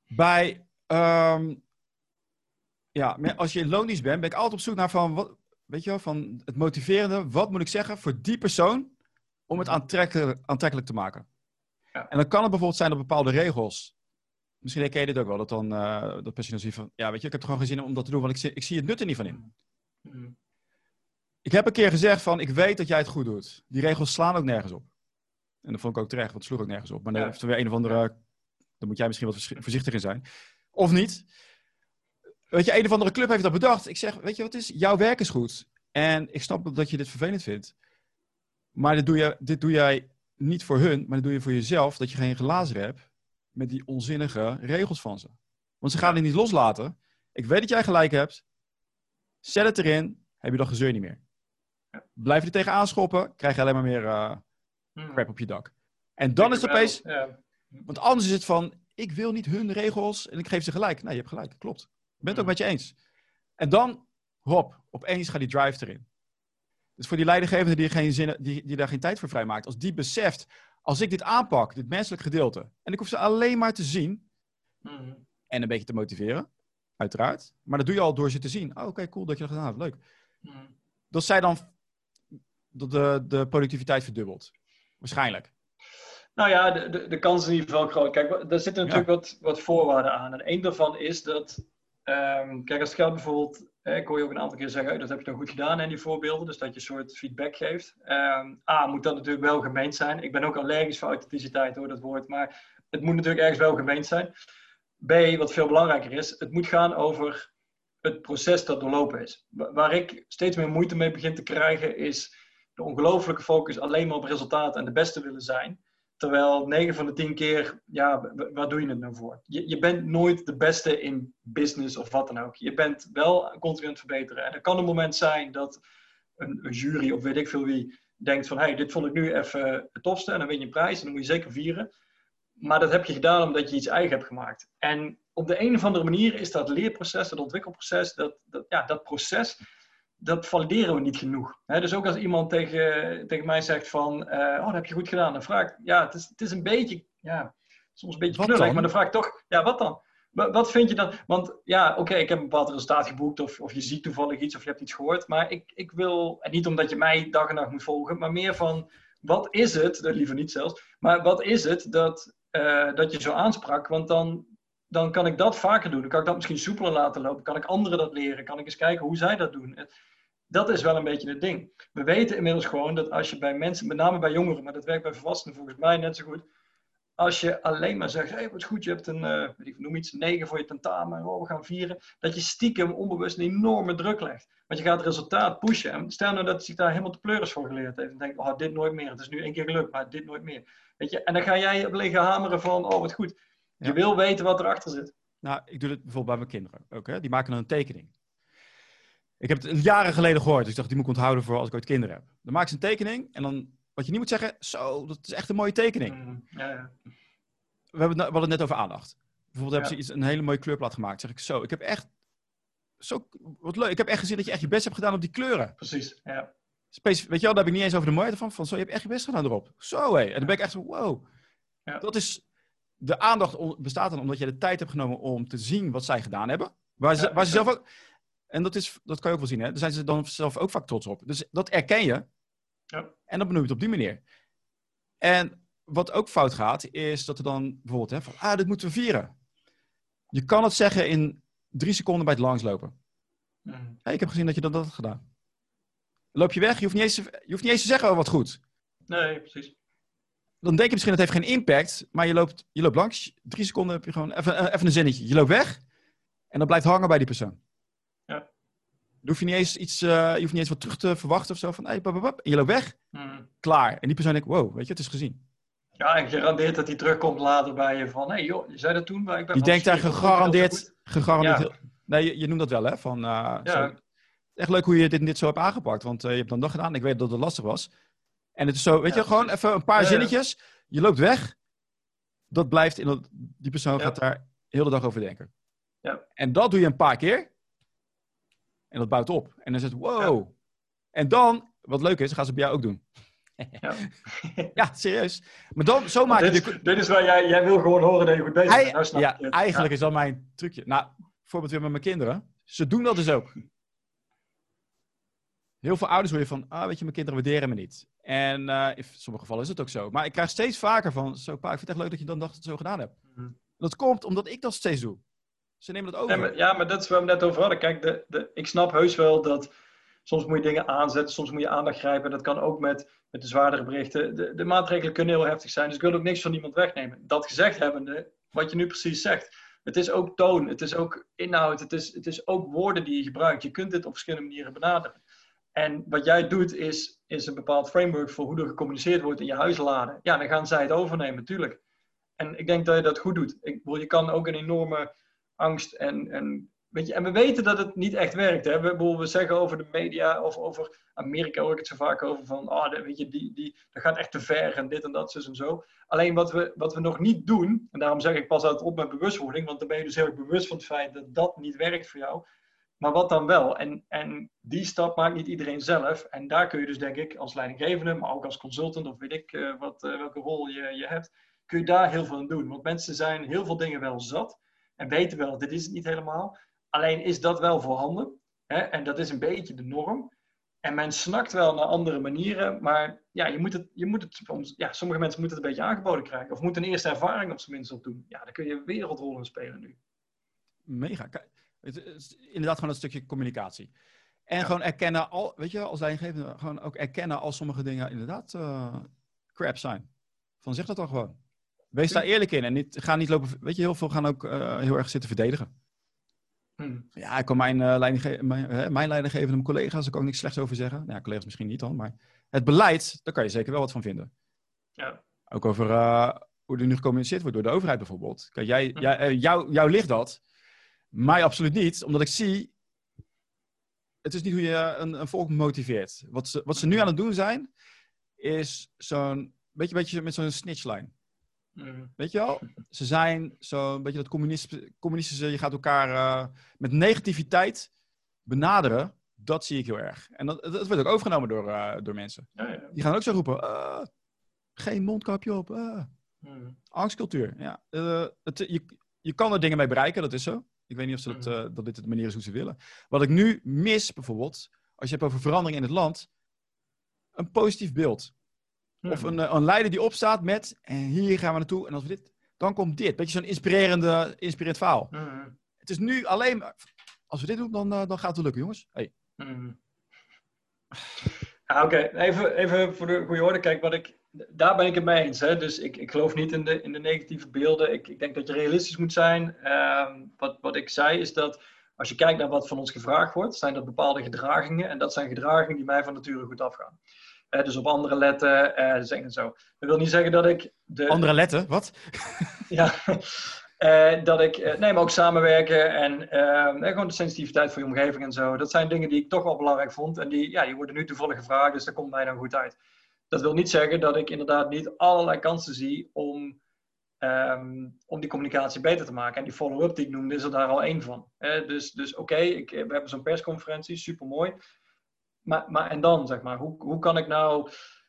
Als je in loondienst bent, ben ik altijd op zoek naar van het motiverende. Wat moet ik zeggen voor die persoon om het aantrekkelijk te maken? Ja. En dan kan het bijvoorbeeld zijn dat bepaalde regels. Misschien ken je dit ook wel, dat persoon ziet van, ja, weet je, ik heb er gewoon geen zin om dat te doen, want ik zie het nut er niet van in. Mm. Ik heb een keer gezegd van, ik weet dat jij het goed doet. Die regels slaan ook nergens op. En dat vond ik ook terecht, want het sloeg ook nergens op. Maar dan heeft er weer een of andere, dan moet jij misschien wat voorzichtig in zijn. Of niet. Weet je, een of andere club heeft dat bedacht. Ik zeg, weet je wat het is? Jouw werk is goed. En ik snap dat je dit vervelend vindt. Maar dit doe jij niet voor hun, maar dat doe je voor jezelf, dat je geen glazen hebt met die onzinnige regels van ze. Want ze gaan het niet loslaten. Ik weet dat jij gelijk hebt. Zet het erin, heb je dat gezeur niet meer. Blijf je er tegenaan schoppen, krijg je alleen maar meer crap op je dak. En dan is het opeens... Want anders is het van, ik wil niet hun regels en ik geef ze gelijk. Nee, je hebt gelijk, klopt. Ik ben het ook met je eens. En dan, opeens gaat die drive erin. Dus voor die leidinggevende die daar geen tijd voor vrijmaakt, als die beseft, als ik dit aanpak, dit menselijk gedeelte, en ik hoef ze alleen maar te zien en een beetje te motiveren, uiteraard. Maar dat doe je al door ze te zien. Oh, oké, cool dat je dat gedaan hebt, leuk. Dat zij dan de productiviteit verdubbelt. Waarschijnlijk. Nou ja, de kans is in ieder geval groot. Kijk, daar zitten natuurlijk wat voorwaarden aan. En één daarvan is dat, kijk, als het geldt bijvoorbeeld, ik hoor je ook een aantal keer zeggen, dat heb je dan goed gedaan in die voorbeelden, dus dat je een soort feedback geeft. Moet dat natuurlijk wel gemeend zijn. Ik ben ook allergisch voor authenticiteit, hoor, dat woord, maar het moet natuurlijk ergens wel gemeend zijn. B, wat veel belangrijker is, het moet gaan over het proces dat doorlopen is. Waar ik steeds meer moeite mee begin te krijgen, is de ongelofelijke focus alleen maar op resultaten en de beste willen zijn. Terwijl 9 van de 10 keer, ja, waar doe je het nou voor? Je bent nooit de beste in business of wat dan ook. Je bent wel continu aan het verbeteren. En er kan een moment zijn dat een jury of weet ik veel wie denkt van, hey, dit vond ik nu even het tofste en dan win je een prijs en dan moet je zeker vieren. Maar dat heb je gedaan omdat je iets eigen hebt gemaakt. En op de een of andere manier is dat leerproces, dat ontwikkelproces, dat proces, dat valideren we niet genoeg. Dus ook als iemand tegen mij zegt van, dat heb je goed gedaan. Dan vraag ik, het is een beetje, soms een beetje knullig, maar dan vraag ik toch, wat dan? Wat vind je dan? Want ik heb een bepaald resultaat geboekt of je ziet toevallig iets of je hebt iets gehoord. Maar ik wil, en niet omdat je mij dag en nacht moet volgen, maar meer van, wat is het, liever niet zelfs, maar wat is het dat je zo aansprak? Want dan kan ik dat vaker doen. Dan kan ik dat misschien soepeler laten lopen. Kan ik anderen dat leren? Kan ik eens kijken hoe zij dat doen? Dat is wel een beetje het ding. We weten inmiddels gewoon dat als je bij mensen, met name bij jongeren, maar dat werkt bij volwassenen volgens mij net zo goed. Als je alleen maar zegt, hey, wat goed, je hebt noem iets, 9 voor je tentamen, we gaan vieren. Dat je stiekem onbewust een enorme druk legt. Want je gaat het resultaat pushen. En stel nou dat zich daar helemaal de pleuris voor geleerd heeft. En denkt, dit nooit meer. Het is nu 1 keer gelukt, maar dit nooit meer. Weet je? En dan ga jij op liggen hameren van, wat goed. Je wil weten wat erachter zit. Nou, ik doe dit bijvoorbeeld bij mijn kinderen ook. Hè? Die maken dan een tekening. Ik heb het jaren geleden gehoord. Dus ik dacht, die moet ik onthouden voor als ik ooit kinderen heb. Dan maken ze een tekening. En dan, wat je niet moet zeggen, zo, dat is echt een mooie tekening. We hadden het net over aandacht. Bijvoorbeeld hebben ze een hele mooie kleurplaat gemaakt. Zeg ik zo, ik heb echt, wat leuk. Ik heb echt gezien dat je echt je best hebt gedaan op die kleuren. Precies, ja. Weet je wel, daar heb ik niet eens over de mooiheid van. Zo, je hebt echt je best gedaan erop. Zo, hé. En dan ben ik echt zo, wow. Ja. Dat is, de aandacht bestaat dan omdat je de tijd hebt genomen om te zien wat zij gedaan hebben. Waar ze zelf ook... En dat kan je ook wel zien, hè? Daar zijn ze dan zelf ook vaak trots op. Dus dat erken je. Ja. En dan benoem je het op die manier. En wat ook fout gaat, is dat er dan bijvoorbeeld... dit moeten we vieren. Je kan het zeggen in 3 seconden bij het langslopen. Hey, ik heb gezien dat je dat had gedaan. Loop je weg, je hoeft niet eens te zeggen, oh, wat goed. Nee, precies. Dan denk je misschien, dat heeft geen impact, maar je loopt langs. 3 seconden heb je gewoon even een zinnetje. Je loopt weg en dat blijft hangen bij die persoon. Ja. Dan hoef je niet eens wat terug te verwachten of zo. Van, hey, en je loopt weg, klaar. En die persoon denkt, wow, weet je, het is gezien. Ja, en garandeert dat hij terugkomt later bij je van, hey joh, je zei dat toen, maar ik ben... Die denkt daar gegarandeerd... Ja. Nee, je noemt dat wel, hè? Van, ja. Echt leuk hoe je dit zo hebt aangepakt, want je hebt dan dat gedaan. Ik weet dat het lastig was. En het is zo, weet je, gewoon even een paar zinnetjes. Je loopt weg. Dat blijft die persoon gaat daar heel de dag over denken. Ja. En dat doe je een paar keer. En dat bouwt op. En dan zegt wow. Ja. En dan, wat leuk is, gaan ze bij jou ook doen. Ja, ja serieus. Maar dan, zo maak je... Dit is waar jij wil gewoon horen dat je goed bezig bent. Nou snap ik het. Eigenlijk is dat mijn trucje. Nou, bijvoorbeeld weer met mijn kinderen. Ze doen dat dus ook. Heel veel ouders hoor je van, weet je, mijn kinderen waarderen me niet. En in sommige gevallen is het ook zo. Maar ik krijg steeds vaker van, zo pa, ik vind het echt leuk dat je dan dacht dat het zo gedaan hebt. Dat komt omdat ik dat steeds doe. Ze nemen dat over. Maar dat is waar we net over hadden. Kijk, ik snap heus wel dat soms moet je dingen aanzetten, soms moet je aandacht grijpen. Dat kan ook met de zwaardere berichten. De maatregelen kunnen heel heftig zijn, dus ik wil ook niks van iemand wegnemen. Dat gezegd hebbende, wat je nu precies zegt. Het is ook toon, het is ook inhoud, het is ook woorden die je gebruikt. Je kunt dit op verschillende manieren benaderen. En wat jij doet is een bepaald framework voor hoe er gecommuniceerd wordt in je huisladen. Ja, dan gaan zij het overnemen, natuurlijk. En ik denk dat je dat goed doet. Je kan ook een enorme angst en weet je, en we weten dat het niet echt werkt. Hè? We zeggen over de media of over Amerika hoor ik het zo vaak over van, weet je, dat gaat echt te ver en dit en dat, zus en zo. Alleen wat we nog niet doen, en daarom zeg ik pas altijd op met bewustwording, want dan ben je dus heel erg bewust van het feit dat dat niet werkt voor jou. Maar wat dan wel? En die stap maakt niet iedereen zelf. En daar kun je dus denk ik als leidinggevende, maar ook als consultant of weet ik welke rol je hebt, kun je daar heel veel aan doen. Want mensen zijn heel veel dingen wel zat en weten wel, dit is het niet helemaal. Alleen is dat wel voorhanden. Hè? En dat is een beetje de norm. En men snakt wel naar andere manieren, maar ja, sommige mensen moeten het een beetje aangeboden krijgen. Of moeten een eerste ervaring op zijn minst op doen. Ja, daar kun je wereldrollen spelen nu. Mega. Het is inderdaad gewoon een stukje communicatie. En gewoon erkennen, weet je, als leidinggevende, gewoon ook erkennen als sommige dingen inderdaad crap zijn. Van zeg dat dan gewoon. Wees daar eerlijk in en ga niet lopen, weet je, heel veel gaan ook heel erg zitten verdedigen. Ja, ik kan mijn leidinggevende, mijn collega's, daar kan ik niks slechts over zeggen. Nou, collega's misschien niet dan, maar het beleid, daar kan je zeker wel wat van vinden. Ja. Ook over hoe er nu gecommuniceerd wordt door de overheid bijvoorbeeld. Kijk, jou ligt dat. Mij absoluut niet, omdat ik zie... Het is niet hoe je een volk motiveert. Wat ze nu aan het doen zijn, is zo'n... Beetje met zo'n snitchline. Weet je wel? Ze zijn zo'n beetje dat communistische... Je gaat elkaar met negativiteit benaderen. Dat zie ik heel erg. En dat wordt ook overgenomen door mensen. Ja. Die gaan ook zo roepen... geen mondkapje op. Angstcultuur. Ja. Je kan er dingen mee bereiken, dat is zo. Ik weet niet of dat dit de manier is hoe ze willen. Wat ik nu mis, bijvoorbeeld, als je hebt over verandering in het land, een positief beeld. Of een leider die opstaat met, en hier gaan we naartoe, en als we dit, dan komt dit. Beetje zo'n inspirerend verhaal. Het is nu alleen, als we dit doen, dan gaat het lukken, jongens. Hey. Oké. Even voor de goede orde. Kijk, daar ben ik het mee eens. Hè? Dus ik geloof niet in de negatieve beelden. Ik denk dat je realistisch moet zijn. Wat ik zei is dat als je kijkt naar wat van ons gevraagd wordt, zijn dat bepaalde gedragingen. En dat zijn gedragingen die mij van nature goed afgaan. Dus op andere letten, en zo. Dat wil niet zeggen dat ik... Andere letten? Wat? Ja, maar ook samenwerken en gewoon de sensitiviteit voor je omgeving en zo. Dat zijn dingen die ik toch wel belangrijk vond. En die worden nu toevallig gevraagd, dus dat komt mij dan goed uit. Dat wil niet zeggen dat ik inderdaad niet allerlei kansen zie om die communicatie beter te maken. En die follow-up die ik noemde, is er daar al één van. Dus oké, we hebben zo'n persconferentie, supermooi. Maar en dan, zeg maar, hoe kan ik nou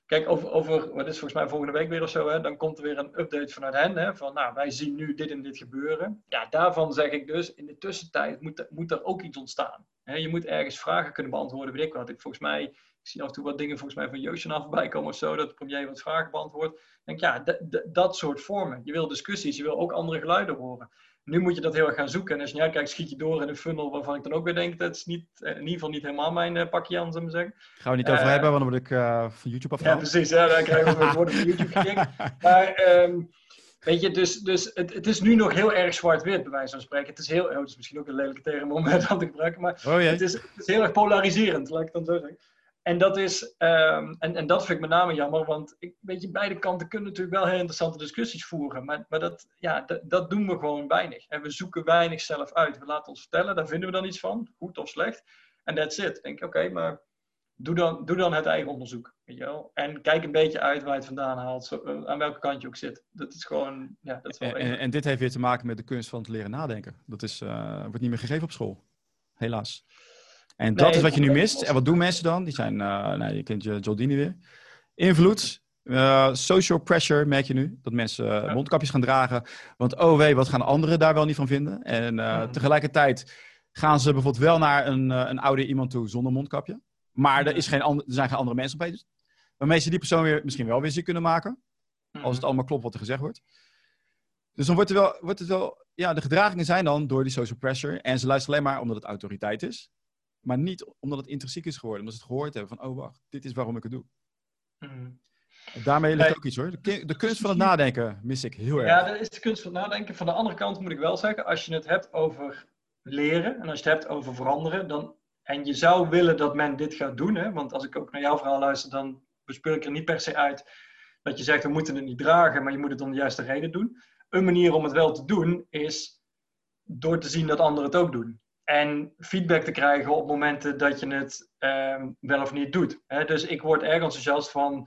Kijk, over wat is volgens mij volgende week weer of zo, hè, dan komt er weer een update vanuit hen, hè, van nou, wij zien nu dit en dit gebeuren. Ja, daarvan zeg ik dus, in de tussentijd moet er ook iets ontstaan. Hè, je moet ergens vragen kunnen beantwoorden, weet ik wat. Ik zie af en toe wat dingen volgens mij van Jeugdjournaal voorbij komen of zo, dat de premier wat vragen beantwoordt. Ik denk, ja, dat soort vormen. Je wil discussies, je wil ook andere geluiden horen. Nu moet je dat heel erg gaan zoeken. En als je naar kijkt, schiet je door in een funnel waarvan ik dan ook weer denk, dat is niet, in ieder geval niet helemaal mijn pakje aan, zou ik maar zeggen. Gaan we niet over hebben, want dan word ik van YouTube afgehaald. Ja, precies. Ja, dan krijgen we worden van YouTube gekikt. Maar weet je, dus het is nu nog heel erg zwart-wit, bij wijze van spreken. Het is het is misschien ook een lelijke term om het aan te gebruiken, maar het is heel erg polariserend, laat ik het dan zo zeggen. En dat is, en dat vind ik met name jammer, want weet je, beide kanten kunnen natuurlijk wel heel interessante discussies voeren, maar dat doen we gewoon weinig. En we zoeken weinig zelf uit. We laten ons vertellen, daar vinden we dan iets van, goed of slecht. En that's it. Denk ik, oké, maar doe dan het eigen onderzoek, weet je wel. En kijk een beetje uit waar je het vandaan haalt, aan welke kant je ook zit. Dat is gewoon, ja, dat is wel en dit heeft weer te maken met de kunst van het leren nadenken. Dat wordt niet meer gegeven op school, helaas. En dat is wat je nu mist. En wat doen mensen dan? Die zijn, je kent Giordini weer. Invloed, social pressure merk je nu. Dat mensen mondkapjes gaan dragen. Want oh wee, wat gaan anderen daar wel niet van vinden? En tegelijkertijd gaan ze bijvoorbeeld wel naar een oude iemand toe zonder mondkapje. Maar er zijn geen andere mensen op bezig. Waarmee ze die persoon weer misschien wel weer ziek kunnen maken. Als het allemaal klopt wat er gezegd wordt. Dus dan wordt het wel... Ja, de gedragingen zijn dan door die social pressure. En ze luisteren alleen maar omdat het autoriteit is. Maar niet omdat het intrinsiek is geworden. Omdat ze het gehoord hebben van, oh wacht, dit is waarom ik het doe. Daarmee ligt ook iets hoor. De kunst van het nadenken mis ik heel erg. Ja, dat is de kunst van het nadenken. Van de andere kant moet ik wel zeggen, als je het hebt over leren en als je het hebt over veranderen, en je zou willen dat men dit gaat doen, hè, want als ik ook naar jouw verhaal luister, dan bespeur ik er niet per se uit dat je zegt, we moeten het niet dragen, maar je moet het om de juiste reden doen. Een manier om het wel te doen is door te zien dat anderen het ook doen. En feedback te krijgen op momenten dat je het wel of niet doet. Dus ik word erg enthousiast van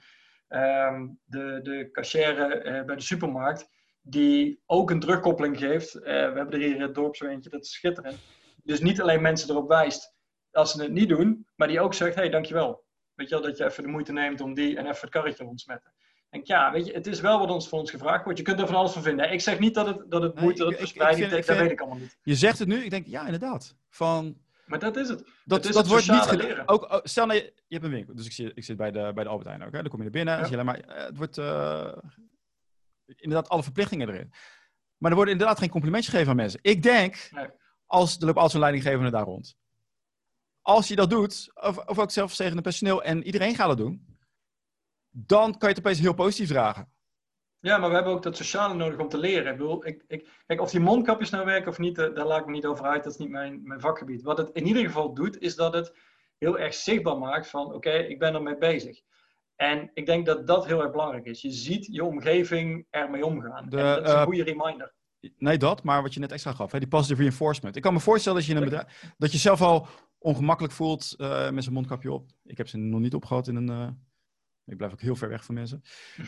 de cashier bij de supermarkt, die ook een terugkoppeling geeft. We hebben er hier in het dorp zo eentje, dat is schitterend. Dus niet alleen mensen erop wijst als ze het niet doen, maar die ook zegt, hey, dankjewel. Weet je wel, dat je even de moeite neemt om die en even het karretje rondsmetten. Denk, ja, weet je, het is wel wat van ons gevraagd wordt. Je kunt er van alles van vinden. Ik zeg niet dat het moet, dat het verspreiding, dat weet ik allemaal niet. Je zegt het nu, ik denk, ja, inderdaad. Maar dat is het. Dat wordt niet leren. Ook, stel nou, je hebt een winkel, dus ik zit bij de Albert Heijn ook. Hè? Dan kom je er binnen, zie je maar het wordt inderdaad alle verplichtingen erin. Maar er worden inderdaad geen complimentjes gegeven aan mensen. Ik denk, als er loopt altijd zo'n leidinggevende daar rond. Als je dat doet, of ook zelfs tegen het personeel en iedereen gaat het doen, dan kan je het opeens heel positief dragen. Ja, maar we hebben ook dat sociale nodig om te leren. Ik bedoel, kijk, of die mondkapjes nou werken of niet, daar laat ik me niet over uit. Dat is niet mijn vakgebied. Wat het in ieder geval doet, is dat het heel erg zichtbaar maakt van, oké, ik ben ermee bezig. En ik denk dat dat heel erg belangrijk is. Je ziet je omgeving ermee omgaan. En dat is een goede reminder. Nee, maar wat je net extra gaf, hè, die positive reinforcement. Ik kan me voorstellen dat je in een bedrijf, dat je zelf al ongemakkelijk voelt met zo'n mondkapje op. Ik heb ze nog niet opgehad in een... Ik blijf ook heel ver weg van mensen.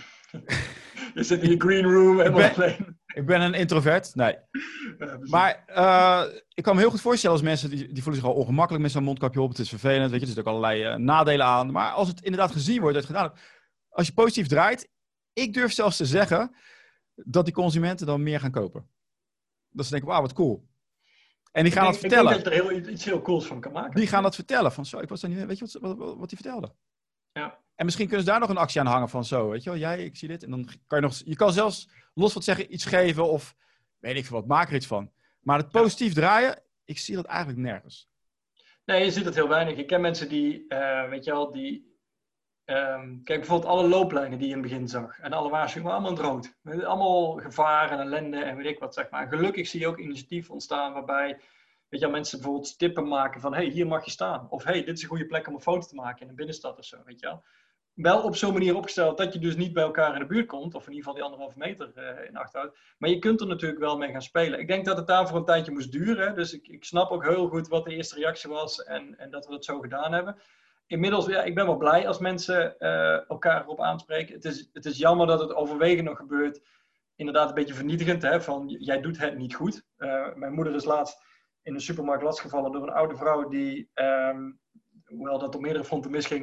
Je zit in je green room en ik ben een introvert. Nee. Maar ik kan me heel goed voorstellen als mensen die voelen zich al ongemakkelijk met zo'n mondkapje op. Het is vervelend, weet je, er zitten ook allerlei nadelen aan. Maar als het inderdaad gezien wordt dat je het gedaan hebt, als je positief draait, ik durf zelfs te zeggen dat die consumenten dan meer gaan kopen. Dat ze denken, wauw, wat cool. En die gaan dat vertellen. Ik denk dat je er iets heel cools van kan maken. Die gaan dat vertellen. Van zo, ik was daar niet, weet je wat die vertelde? Ja. En misschien kunnen ze daar nog een actie aan hangen van zo, weet je wel, ik zie dit. En dan kan je kan zelfs, los van zeggen, iets geven of weet ik veel wat, maak er iets van. Maar het positief draaien, ik zie dat eigenlijk nergens. Nee, je ziet het heel weinig. Ik ken mensen die, weet je wel, kijk bijvoorbeeld alle looplijnen die je in het begin zag. En alle waarschuwingen, allemaal in het rood. Allemaal gevaar en ellende en weet ik wat, zeg maar. En gelukkig zie je ook initiatief ontstaan waarbij, weet je wel, mensen bijvoorbeeld stippen maken van, hey, hier mag je staan. Of hey, dit is een goede plek om een foto te maken in een binnenstad of zo, weet je wel. Wel op zo'n manier opgesteld dat je dus niet bij elkaar in de buurt komt. Of in ieder geval die 1,5 meter in acht houdt. Maar je kunt er natuurlijk wel mee gaan spelen. Ik denk dat het daar voor een tijdje moest duren. Dus ik snap ook heel goed wat de eerste reactie was. En dat we dat zo gedaan hebben. Inmiddels, ja, ik ben wel blij als mensen elkaar erop aanspreken. Het is jammer dat het overwegend nog gebeurt. Inderdaad een beetje vernietigend. Hè, van, jij doet het niet goed. Mijn moeder is laatst in de supermarkt lastiggevallen door een oude vrouw die, hoewel dat op meerdere fronten misging,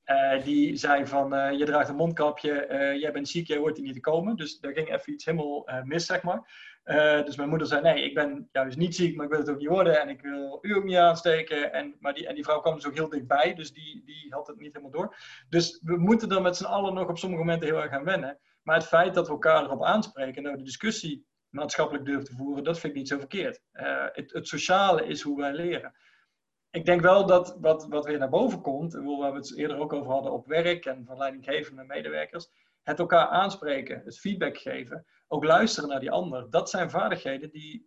Die zei van, je draagt een mondkapje, jij bent ziek, jij hoort hier niet te komen. Dus daar ging even iets helemaal mis, zeg maar. Dus mijn moeder zei, nee, ik ben juist niet ziek, maar ik wil het ook niet worden. En ik wil u ook niet aansteken. Maar die vrouw kwam dus ook heel dichtbij, dus die had het niet helemaal door. Dus we moeten er met z'n allen nog op sommige momenten heel erg aan wennen. Maar het feit dat we elkaar erop aanspreken en de discussie maatschappelijk durven te voeren, dat vind ik niet zo verkeerd. Het sociale is hoe wij leren. Ik denk wel dat wat weer naar boven komt, waar we het eerder ook over hadden op werk en van leidinggevende medewerkers, het elkaar aanspreken, het feedback geven, ook luisteren naar die ander. Dat zijn vaardigheden die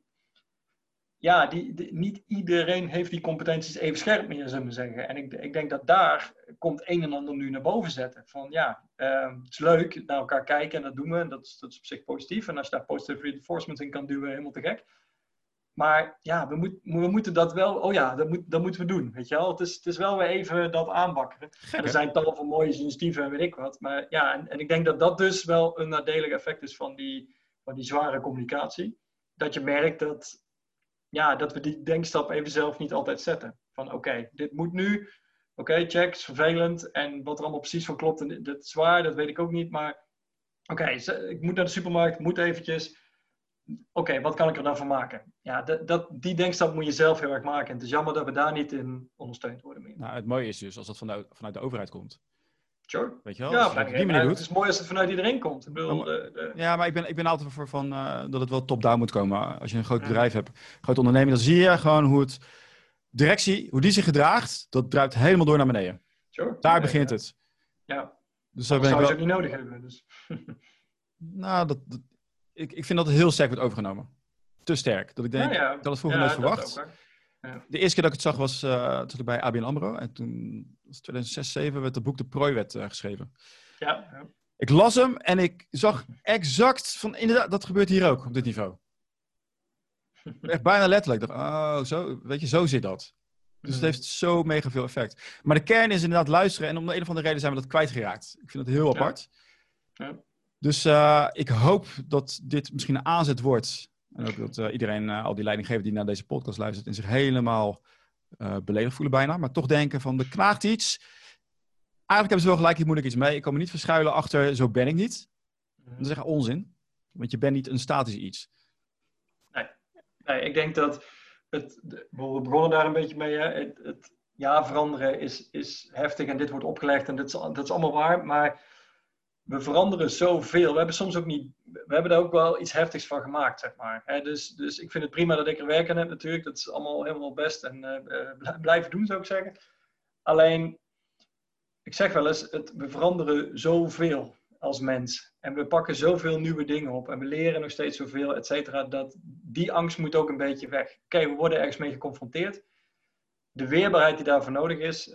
niet iedereen heeft die competenties even scherp meer, zullen we zeggen. En ik denk dat daar komt een en ander nu naar boven zetten. Van het is leuk naar elkaar kijken en dat doen we. En dat is op zich positief. En als je daar positive reinforcement in kan duwen, helemaal te gek. Maar ja, we moeten dat wel... dat moeten we doen, weet je wel. Het is wel weer even dat aanbakkeren. Gek, en er zijn tal van mooie initiatieven en weet ik wat. Maar ja, en ik denk dat dat dus wel een nadelig effect is van die zware communicatie. Dat je merkt dat we die denkstap even zelf niet altijd zetten. Van oké, dit moet nu. Oké, check, is vervelend. En wat er allemaal precies van klopt, en dat is waar, dat weet ik ook niet. Maar oké, ik moet naar de supermarkt, moet eventjes. Oké, wat kan ik er dan van maken? Ja, die denkstap moet je zelf heel erg maken. En het is jammer dat we daar niet in ondersteund worden meer. Nou, het mooie is dus als dat vanuit de overheid komt. Sure. Weet je wel? Ja, op die manier doet. Het is mooi als het vanuit iedereen komt. Ik bedoel, Ja, maar ik ben altijd voor van dat het wel top-down moet komen. Als je een groot bedrijf hebt, een grote onderneming, dan zie je gewoon hoe hoe die zich gedraagt, dat druipt helemaal door naar beneden. Sure. Daar begint het. Ja. Dus dat zou je ook niet nodig hebben. Dus. Nou, ik vind dat het heel sterk wordt overgenomen. Te sterk. Dat ik denk, dat het vroeger nooit verwacht. Ja. De eerste keer dat ik het zag was toen ik bij ABN AMRO. En toen, was 2006, 2007, werd het boek De Prooiwet geschreven. Ja. Ik las hem en ik zag exact van, inderdaad, dat gebeurt hier ook, op dit niveau. Echt bijna letterlijk. Ik dacht, zo, weet je, zo zit dat. Dus het heeft zo mega veel effect. Maar de kern is inderdaad luisteren. En om de een of andere reden zijn we dat kwijtgeraakt. Ik vind het heel apart. Ja. Dus ik hoop dat dit misschien een aanzet wordt. En ook dat iedereen, al die leidinggevenden die naar deze podcast luistert, en zich helemaal beledigd voelen bijna. Maar toch denken van, er knaagt iets. Eigenlijk hebben ze wel gelijk, hier moet ik iets mee. Ik kan me niet verschuilen achter, zo ben ik niet. Dat is echt onzin. Want je bent niet een statisch iets. Nee, ik denk dat we begonnen daar een beetje mee. Hè? Het veranderen is heftig en dit wordt opgelegd en dat is allemaal waar. Maar we veranderen zoveel. We hebben daar ook wel iets heftigs van gemaakt, zeg maar. Hè? Dus ik vind het prima dat ik er werk aan heb natuurlijk. Dat is allemaal helemaal best en blijven doen, zou ik zeggen. Alleen, ik zeg wel eens, we veranderen zoveel als mens. En we pakken zoveel nieuwe dingen op. En we leren nog steeds zoveel, et cetera. Dat die angst moet ook een beetje weg. Oké, we worden ergens mee geconfronteerd. De weerbaarheid die daarvoor nodig is.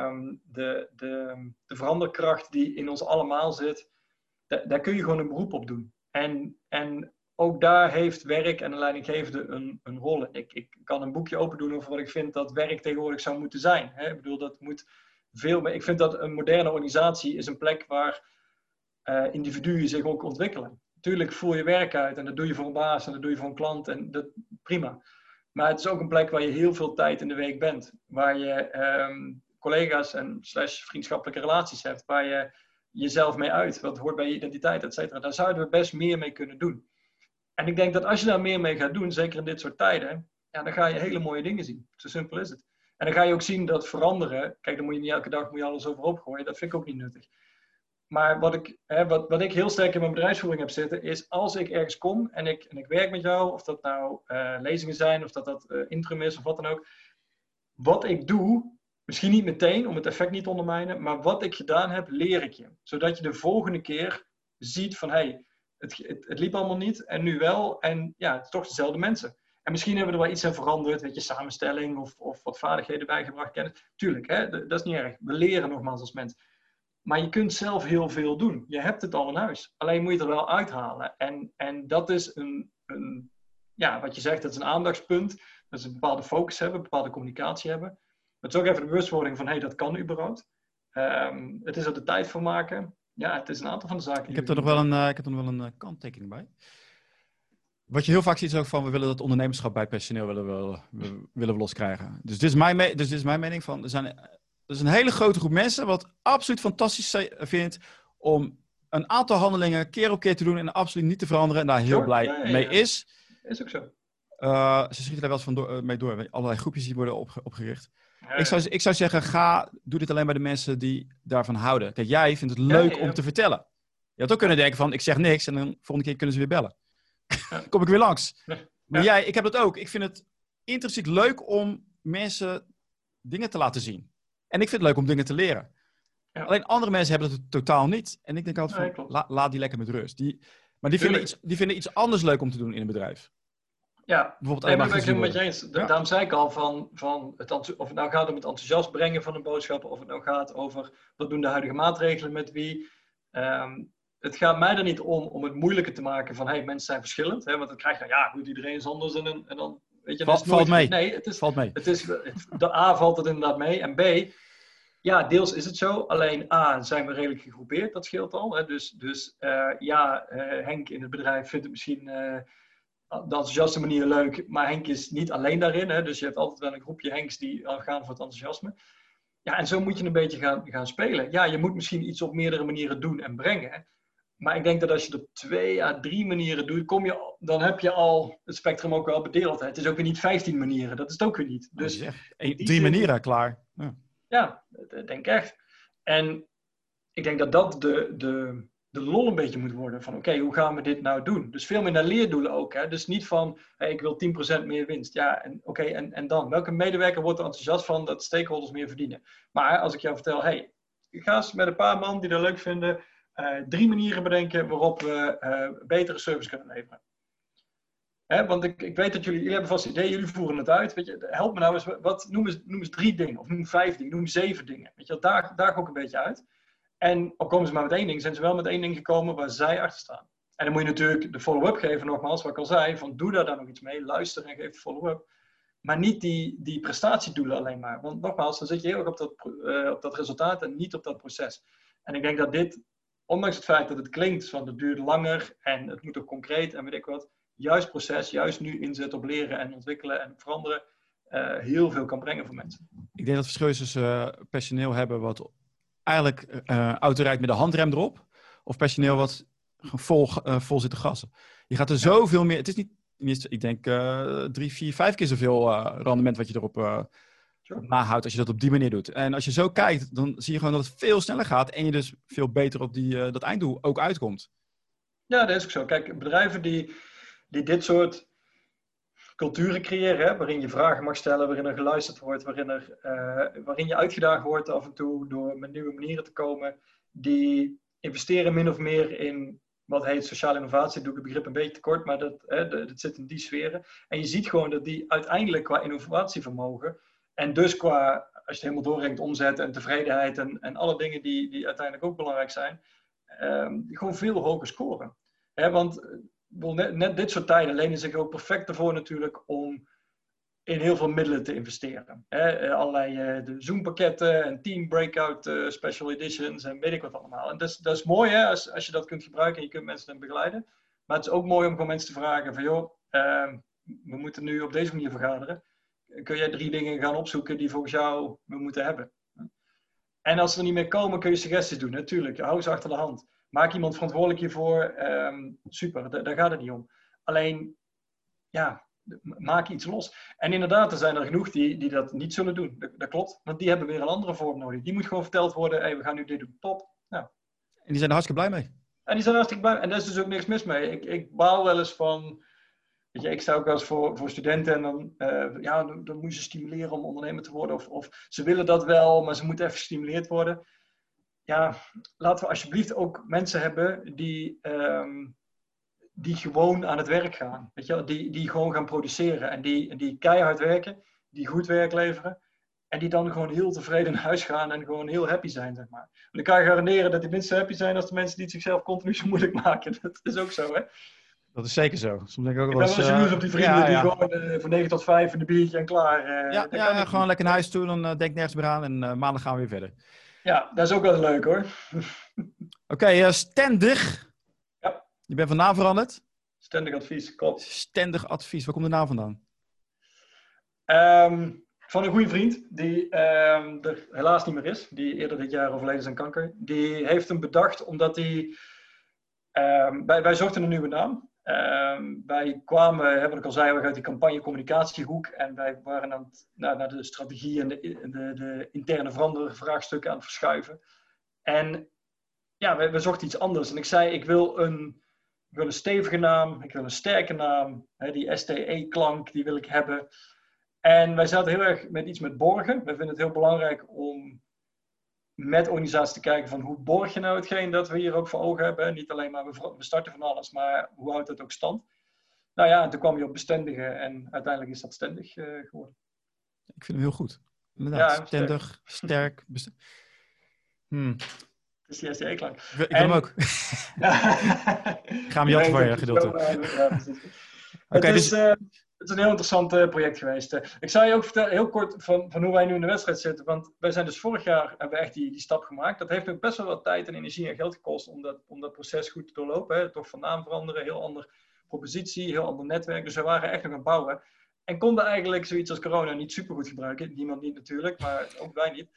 De veranderkracht die in ons allemaal zit. Daar kun je gewoon een beroep op doen. En ook daar heeft werk en een leidinggevende een rol in. Ik kan een boekje open doen over wat ik vind dat werk tegenwoordig zou moeten zijn. Hè? Ik bedoel, dat moet veel meer. Ik vind dat een moderne organisatie is een plek waar individuen zich ook ontwikkelen. Tuurlijk voer je werk uit en dat doe je voor een baas en dat doe je voor een klant en dat prima. Maar het is ook een plek waar je heel veel tijd in de week bent. Waar je collega's en / vriendschappelijke relaties hebt. Waar je jezelf mee uit. Wat hoort bij je identiteit, et cetera. Daar zouden we best meer mee kunnen doen. En ik denk dat als je daar meer mee gaat doen, zeker in dit soort tijden, dan ga je hele mooie dingen zien. Zo simpel is het. En dan ga je ook zien dat veranderen, kijk, dan moet je niet elke dag alles overhoop gooien. Dat vind ik ook niet nuttig. Maar wat ik heel sterk in mijn bedrijfsvoering heb zitten, is als ik ergens kom en ik werk met jou, of dat nou lezingen zijn, of dat interim is, of wat dan ook. Wat ik doe, misschien niet meteen, om het effect niet te ondermijnen, maar wat ik gedaan heb, leer ik je. Zodat je de volgende keer ziet van, het liep allemaal niet, en nu wel, en ja, het is toch dezelfde mensen. En misschien hebben we er wel iets aan veranderd, weet je, samenstelling, of wat vaardigheden bijgebracht, kennis. Tuurlijk, dat is niet erg. We leren nogmaals als mens. Maar je kunt zelf heel veel doen. Je hebt het al in huis. Alleen moet je het er wel uithalen. En dat is wat je zegt, dat is een aandachtspunt. Dat is een bepaalde focus hebben, een bepaalde communicatie hebben. Het is ook even de bewustwording van, dat kan überhaupt. Het is er de tijd voor maken. Ja, het is een aantal van de zaken. Ik heb er nog wel een kanttekening bij. Wat je heel vaak ziet is ook van, we willen dat ondernemerschap bij personeel willen we loskrijgen. Dus dit is mijn mening van, er zijn is een hele grote groep mensen wat absoluut fantastisch vindt om een aantal handelingen keer op keer te doen en absoluut niet te veranderen en daar heel blij mee is. Is ook zo. Ze schieten daar wel eens mee door. Allerlei groepjes die worden opgericht. Ja, ik zou zeggen, doe dit alleen bij de mensen die daarvan houden. Kijk, jij vindt het leuk om te vertellen. Je had ook kunnen denken van, ik zeg niks en dan volgende keer kunnen ze weer bellen. Dan kom ik weer langs. Maar ik heb dat ook. Ik vind het intrinsiek leuk om mensen dingen te laten zien. En ik vind het leuk om dingen te leren. Ja. Alleen andere mensen hebben dat totaal niet. En ik denk altijd van, laat die lekker met rust. Maar die vinden iets anders leuk om te doen in een bedrijf. Ja, bijvoorbeeld ben ik helemaal met je eens. Daarom zei ik al of het nou gaat om het enthousiast brengen van een boodschap, of het nou gaat over wat doen de huidige maatregelen met wie. Het gaat mij er niet om het moeilijker te maken van, mensen zijn verschillend. Hè, want dan krijg je doet iedereen is anders en dan weet je. Valt mee. Nee, valt mee. De A valt het inderdaad mee en B, ja, deels is het zo. Alleen A, zijn we redelijk gegroepeerd, dat scheelt al. Hè. Dus Henk in het bedrijf vindt het misschien de enthousiaste manier leuk, maar Henk is niet alleen daarin. Hè, dus je hebt altijd wel een groepje Henks die gaan voor het enthousiasme. Ja, en zo moet je een beetje gaan spelen. Ja, je moet misschien iets op meerdere manieren doen en brengen. Maar ik denk dat als je het op 2 à 3 manieren doet, dan heb je al het spectrum ook wel bedeeld. Hè. Het is ook weer niet 15 manieren, dat is het ook weer niet. Dus 3 manieren, klaar. Ja, dat denk ik echt. En ik denk dat de lol een beetje moet worden van oké, hoe gaan we dit nou doen? Dus veel meer naar leerdoelen ook. Hè? Dus niet van, ik wil 10% meer winst. Ja, en dan? Welke medewerker wordt er enthousiast van dat stakeholders meer verdienen? Maar als ik jou vertel, ga eens met een paar man die dat leuk vinden, 3 manieren bedenken waarop we betere service kunnen leveren. Want ik weet dat jullie hebben vast idee, jullie voeren het uit. Weet je, help me nou eens, noem eens 3 dingen, of noem 5 dingen, noem 7 dingen. Weet je, daar ga ik een beetje uit. En al komen ze maar met 1 ding, zijn ze wel met 1 ding gekomen waar zij achter staan. En dan moet je natuurlijk de follow-up geven, nogmaals, wat ik al zei, van doe daar dan nog iets mee, luister en geef de follow-up. Maar niet die prestatiedoelen alleen maar. Want nogmaals, dan zit je heel erg op dat resultaat en niet op dat proces. En ik denk dat dit, ondanks het feit dat het klinkt van het duurt langer en het moet ook concreet en weet ik wat, juist proces, juist nu inzet op leren en ontwikkelen en veranderen, heel veel kan brengen voor mensen. Ik denk dat het verschil is tussen personeel hebben wat eigenlijk auto rijdt met de handrem erop, of personeel wat vol zit te gassen. Je gaat er zoveel meer, het is niet ik denk 3, 4, 5 keer zoveel rendement wat je erop nahoudt als je dat op die manier doet. En als je zo kijkt, dan zie je gewoon dat het veel sneller gaat en je dus veel beter op dat einddoel ook uitkomt. Ja, dat is ook zo. Kijk, bedrijven die dit soort culturen creëren, hè, waarin je vragen mag stellen, waarin er geluisterd wordt, waarin je uitgedaagd wordt af en toe door met nieuwe manieren te komen, die investeren min of meer in wat heet sociale innovatie. Doe ik het begrip een beetje tekort, maar dat zit in die sferen. En je ziet gewoon dat die uiteindelijk qua innovatievermogen en dus qua, als je het helemaal doorrenkt, omzet en tevredenheid en alle dingen die uiteindelijk ook belangrijk zijn, die gewoon veel hoger scoren. Want net dit soort tijden lenen zich ook perfect ervoor natuurlijk om in heel veel middelen te investeren. Allerlei de Zoom-pakketten en team breakout special editions en weet ik wat allemaal. En dat is mooi als je dat kunt gebruiken en je kunt mensen dan begeleiden. Maar het is ook mooi om gewoon mensen te vragen van joh, we moeten nu op deze manier vergaderen. Kun jij 3 dingen gaan opzoeken die volgens jou we moeten hebben? En als ze er niet meer komen, kun je suggesties doen. Natuurlijk, hou ze achter de hand. Maak iemand verantwoordelijk hiervoor. Super, daar gaat het niet om. Alleen, maak iets los. En inderdaad, er zijn er genoeg die dat niet zullen doen. Dat klopt, want die hebben weer een andere vorm nodig. Die moet gewoon verteld worden, we gaan nu dit doen. Top. Nou. En die zijn er hartstikke blij mee. En die zijn er hartstikke blij mee. En daar is dus ook niks mis mee. Ik baal wel eens van... Weet je, ik sta ook wel eens voor studenten en dan moet je ze stimuleren om ondernemer te worden. Of ze willen dat wel, maar ze moeten even gestimuleerd worden. Ja, laten we alsjeblieft ook mensen hebben die gewoon aan het werk gaan. Weet je, die gewoon gaan produceren. En die keihard werken, die goed werk leveren. En die dan gewoon heel tevreden naar huis gaan en gewoon heel happy zijn, zeg maar. Want ik kan je garanderen dat die minstens happy zijn als de mensen die het zichzelf continu zo moeilijk maken. Dat is ook zo, hè? Dat is zeker zo. Soms denk ik ook wel eens jaloers op die vrienden die gewoon van 9 tot 5 een biertje en klaar. Gewoon lekker naar huis toe, dan denk ik nergens meer aan en maandag gaan we weer verder. Ja, dat is ook wel leuk hoor. Oké, Stendig. Ja. Je bent van naam veranderd? Stendig advies, klopt. Stendig advies, waar komt de naam vandaan? Van een goede vriend, die er helaas niet meer is. Die eerder dit jaar overleden is aan kanker. Die heeft hem bedacht omdat hij... wij zochten een nieuwe naam. Wij kwamen, wat ik al zei, uit die campagne-communicatiehoek. En wij waren naar de strategie en de interne verandervraagstukken aan het verschuiven. En ja, we zochten iets anders. En ik zei, ik wil een stevige naam. Ik wil een sterke naam. Die STE-klank, die wil ik hebben. En wij zaten heel erg met iets met borgen. We vinden het heel belangrijk om met organisaties te kijken van hoe borg je nou hetgeen dat we hier ook voor ogen hebben. Niet alleen maar we starten van alles, maar hoe houdt het ook stand? Nou ja, en toen kwam je op bestendige en uiteindelijk is dat stendig geworden. Ik vind hem heel goed. Inderdaad, ja, stendig, sterk. Het is die STE-klank. Ik wil hem ook. Ga hem jatten van je gedeelte. Ja, precies. Okay, het is een heel interessant project geweest. Ik zal je ook vertellen, heel kort, van hoe wij nu in de wedstrijd zitten. Want wij zijn dus vorig jaar, hebben we echt die stap gemaakt. Dat heeft ook best wel wat tijd en energie en geld gekost om dat proces goed te doorlopen. Hè. Toch van naam veranderen, heel andere propositie, heel ander netwerk. Dus we waren echt nog aan het bouwen. En konden eigenlijk zoiets als corona niet supergoed gebruiken. Niemand niet natuurlijk, maar ook wij niet.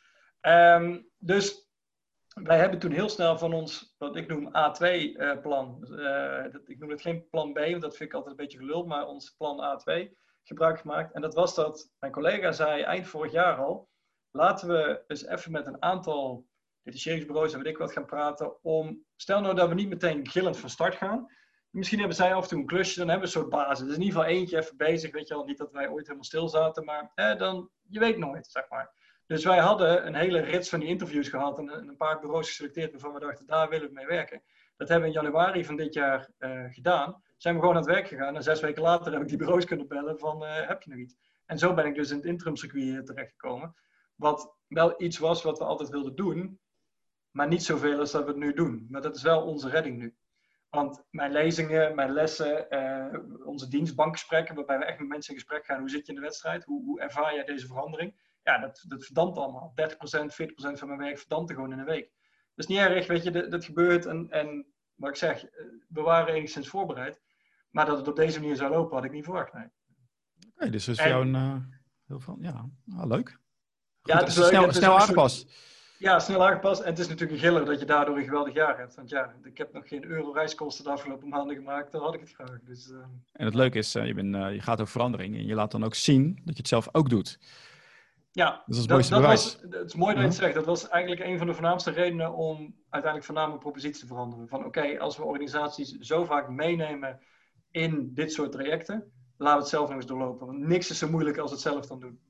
Dus wij hebben toen heel snel van ons, wat ik noem A2-plan, ik noem het geen plan B, want dat vind ik altijd een beetje gelul, maar ons plan A2 gebruik gemaakt. En dat was dat mijn collega zei eind vorig jaar al, laten we eens even met een aantal detacheringsbureaus en weet ik wat gaan praten, stel nou dat we niet meteen gillend van start gaan. Misschien hebben zij af en toe een klusje, dan hebben we een soort basis. Dus in ieder geval eentje even bezig, weet je wel, niet dat wij ooit helemaal stil zaten, maar dan, je weet nooit, zeg maar. Dus wij hadden een hele rits van die interviews gehad en een paar bureaus geselecteerd waarvan we dachten, daar willen we mee werken. Dat hebben we in januari van dit jaar gedaan. Zijn we gewoon aan het werk gegaan en 6 weken later heb ik die bureaus kunnen bellen van, heb je nog iets? En zo ben ik dus in het interimcircuit terechtgekomen. Wat wel iets was wat we altijd wilden doen, maar niet zoveel als dat we het nu doen. Maar dat is wel onze redding nu. Want mijn lezingen, mijn lessen, onze dienstbankgesprekken, waarbij we echt met mensen in gesprek gaan. Hoe zit je in de wedstrijd? Hoe ervaar jij deze verandering? Ja, dat verdampt allemaal. 30%, 40% van mijn werk verdampt gewoon in een week. Dat is niet erg, weet je, dat gebeurt. En wat ik zeg, we waren enigszins voorbereid. Maar dat het op deze manier zou lopen, had ik niet verwacht. Nee. Okay, dus dat is voor jou heel veel, leuk. Goed, ja, het is leuk. Snel aangepast. Ja, snel aangepast. En het is natuurlijk een giller dat je daardoor een geweldig jaar hebt. Want ja, ik heb nog geen euro reiskosten de afgelopen maanden gemaakt. Dan had ik het graag. Dus, En het leuke is, je gaat over verandering. En je laat dan ook zien dat je het zelf ook doet. Ja, dat is het mooiste bewijs. Het is mooi dat je het zegt. Dat was eigenlijk een van de voornaamste redenen om uiteindelijk van naam een propositie te veranderen. Van oké, als we organisaties zo vaak meenemen in dit soort trajecten, laten we het zelf nog eens doorlopen. Want niks is zo moeilijk als het zelf dan doen.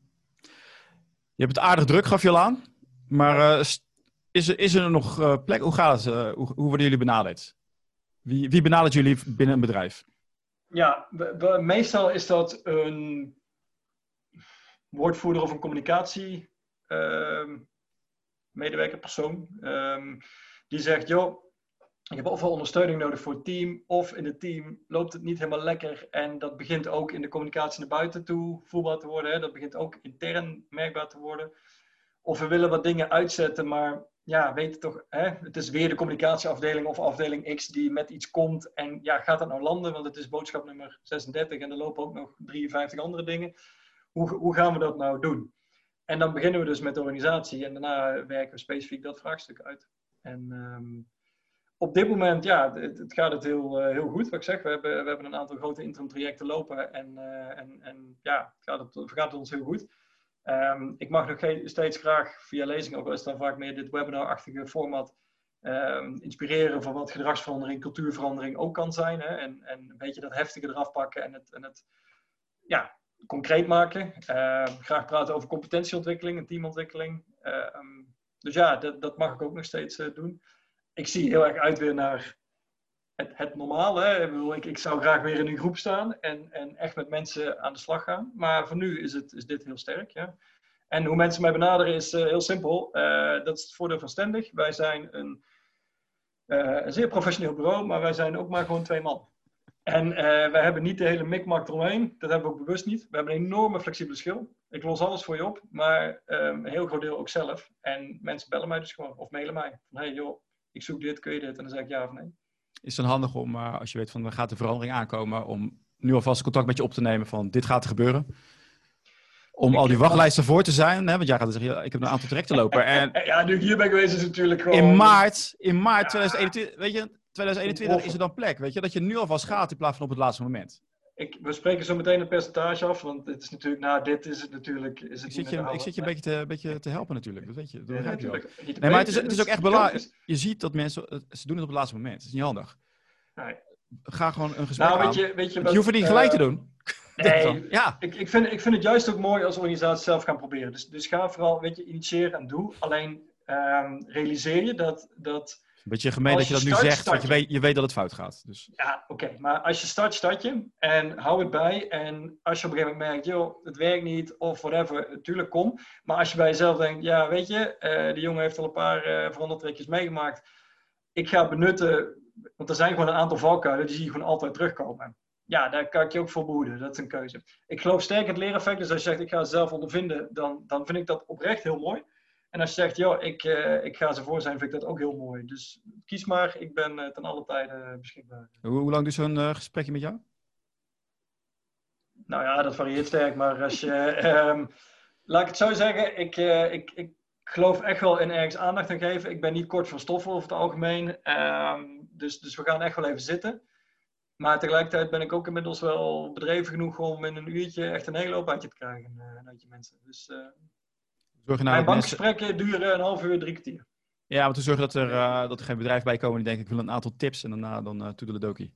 Je hebt het aardig druk, gaf je al aan. Maar is er nog plek? Hoe gaat het? Hoe worden jullie benaderd? Wie benadert jullie binnen een bedrijf? Ja, meestal is dat een woordvoerder of een communicatie medewerker, persoon. Die zegt, joh, ik heb ofwel ondersteuning nodig voor het team, of in het team loopt het niet helemaal lekker. En dat begint ook in de communicatie naar buiten toe voelbaar te worden. Hè? Dat begint ook intern merkbaar te worden. Of we willen wat dingen uitzetten, maar ja, weet je toch, hè? Het is weer de communicatieafdeling of afdeling X die met iets komt. En ja, gaat dat nou landen? Want het is boodschap nummer 36 en er lopen ook nog 53 andere dingen. Hoe gaan we dat nou doen? En dan beginnen we dus met de organisatie en daarna werken we specifiek dat vraagstuk uit. En op dit moment, ja, het gaat het heel goed. Wat ik zeg, we hebben een aantal grote interim trajecten lopen en ja, het gaat ons heel goed. Ik mag nog steeds graag via lezingen, ook al is het dan vaak meer dit webinar-achtige format, inspireren van wat gedragsverandering, cultuurverandering ook kan zijn. Hè? En een beetje dat heftige eraf pakken en het ja, concreet maken. Graag praten over competentieontwikkeling en teamontwikkeling. Dus ja, dat mag ik ook nog steeds doen. Ik zie heel erg uit weer naar het normale. Hè? Ik zou graag weer in een groep staan en echt met mensen aan de slag gaan. Maar voor nu is dit heel sterk. Ja? En hoe mensen mij benaderen is heel simpel. Dat is het voordeel van Stendig. Wij zijn een zeer professioneel bureau, maar wij zijn ook maar gewoon 2 man. En wij hebben niet de hele mikmak eromheen. Dat hebben we ook bewust niet. We hebben een enorme flexibele schil. Ik los alles voor je op, maar een heel groot deel ook zelf. En mensen bellen mij dus gewoon, of mailen mij. Van, hey joh, ik zoek dit, kun je dit? En dan zeg ik ja of nee. Is het dan handig om, als je weet van er gaat de verandering aankomen, om nu alvast contact met je op te nemen van dit gaat er gebeuren? om al die wachtlijsten voor te zijn. Hè? Want jij gaat zeggen, ik heb een aantal trajecten lopen. En ja, nu ik hier ben geweest is het natuurlijk gewoon... In maart 2021, weet je, 2021 is er dan plek. Weet je, dat je nu alvast gaat in plaats van op het laatste moment. We spreken zo meteen een percentage af, want het is natuurlijk, dit is het natuurlijk... Ik zit je een beetje te helpen natuurlijk, dat weet je. Dat begrijp je ook. Nee, maar het is ook echt belangrijk. Je ziet dat mensen, ze doen het op het laatste moment. Dat is niet handig. Nee. Ga gewoon een gesprek aan. Weet je je hoeft het niet gelijk te doen. Nee, ja. ik vind het juist ook mooi als organisaties zelf gaan proberen. Dus ga vooral, initiëren en doe. Alleen realiseer je dat een beetje gemeen dat je dat nu zegt, want je weet dat het fout gaat. Dus. Ja, oké. Maar als je start je. En hou het bij. En als je op een gegeven moment merkt, joh, het werkt niet of whatever, natuurlijk kom. Maar als je bij jezelf denkt, ja, weet je, die jongen heeft al een paar verandertrekjes meegemaakt. Ik ga benutten, want er zijn gewoon een aantal valkuilen, die zie je gewoon altijd terugkomen. Ja, daar kan ik je ook voor behoeden. Dat is een keuze. Ik geloof sterk in het leereffect. Dus als je zegt, ik ga het zelf ondervinden, dan vind ik dat oprecht heel mooi. En als je zegt, joh, ik ga ze voor zijn, vind ik dat ook heel mooi. Dus kies maar, ik ben ten alle tijden beschikbaar. Hoe lang duurt zo'n gesprekje met jou? Nou ja, dat varieert sterk. Maar als je... laat ik het zo zeggen, ik geloof echt wel in ergens aandacht aan geven. Ik ben niet kort van stoffen over het algemeen. Dus we gaan echt wel even zitten. Maar tegelijkertijd ben ik ook inmiddels wel bedreven genoeg om in een uurtje echt een hele hoop uit je te krijgen. Uit je mensen. Dus mijn bankgesprekken duren een half uur, 3 kwartier. Ja, maar toen zorgen dat er geen bedrijf bij komen die denken, ik wil een aantal tips en daarna dan toedeledokie.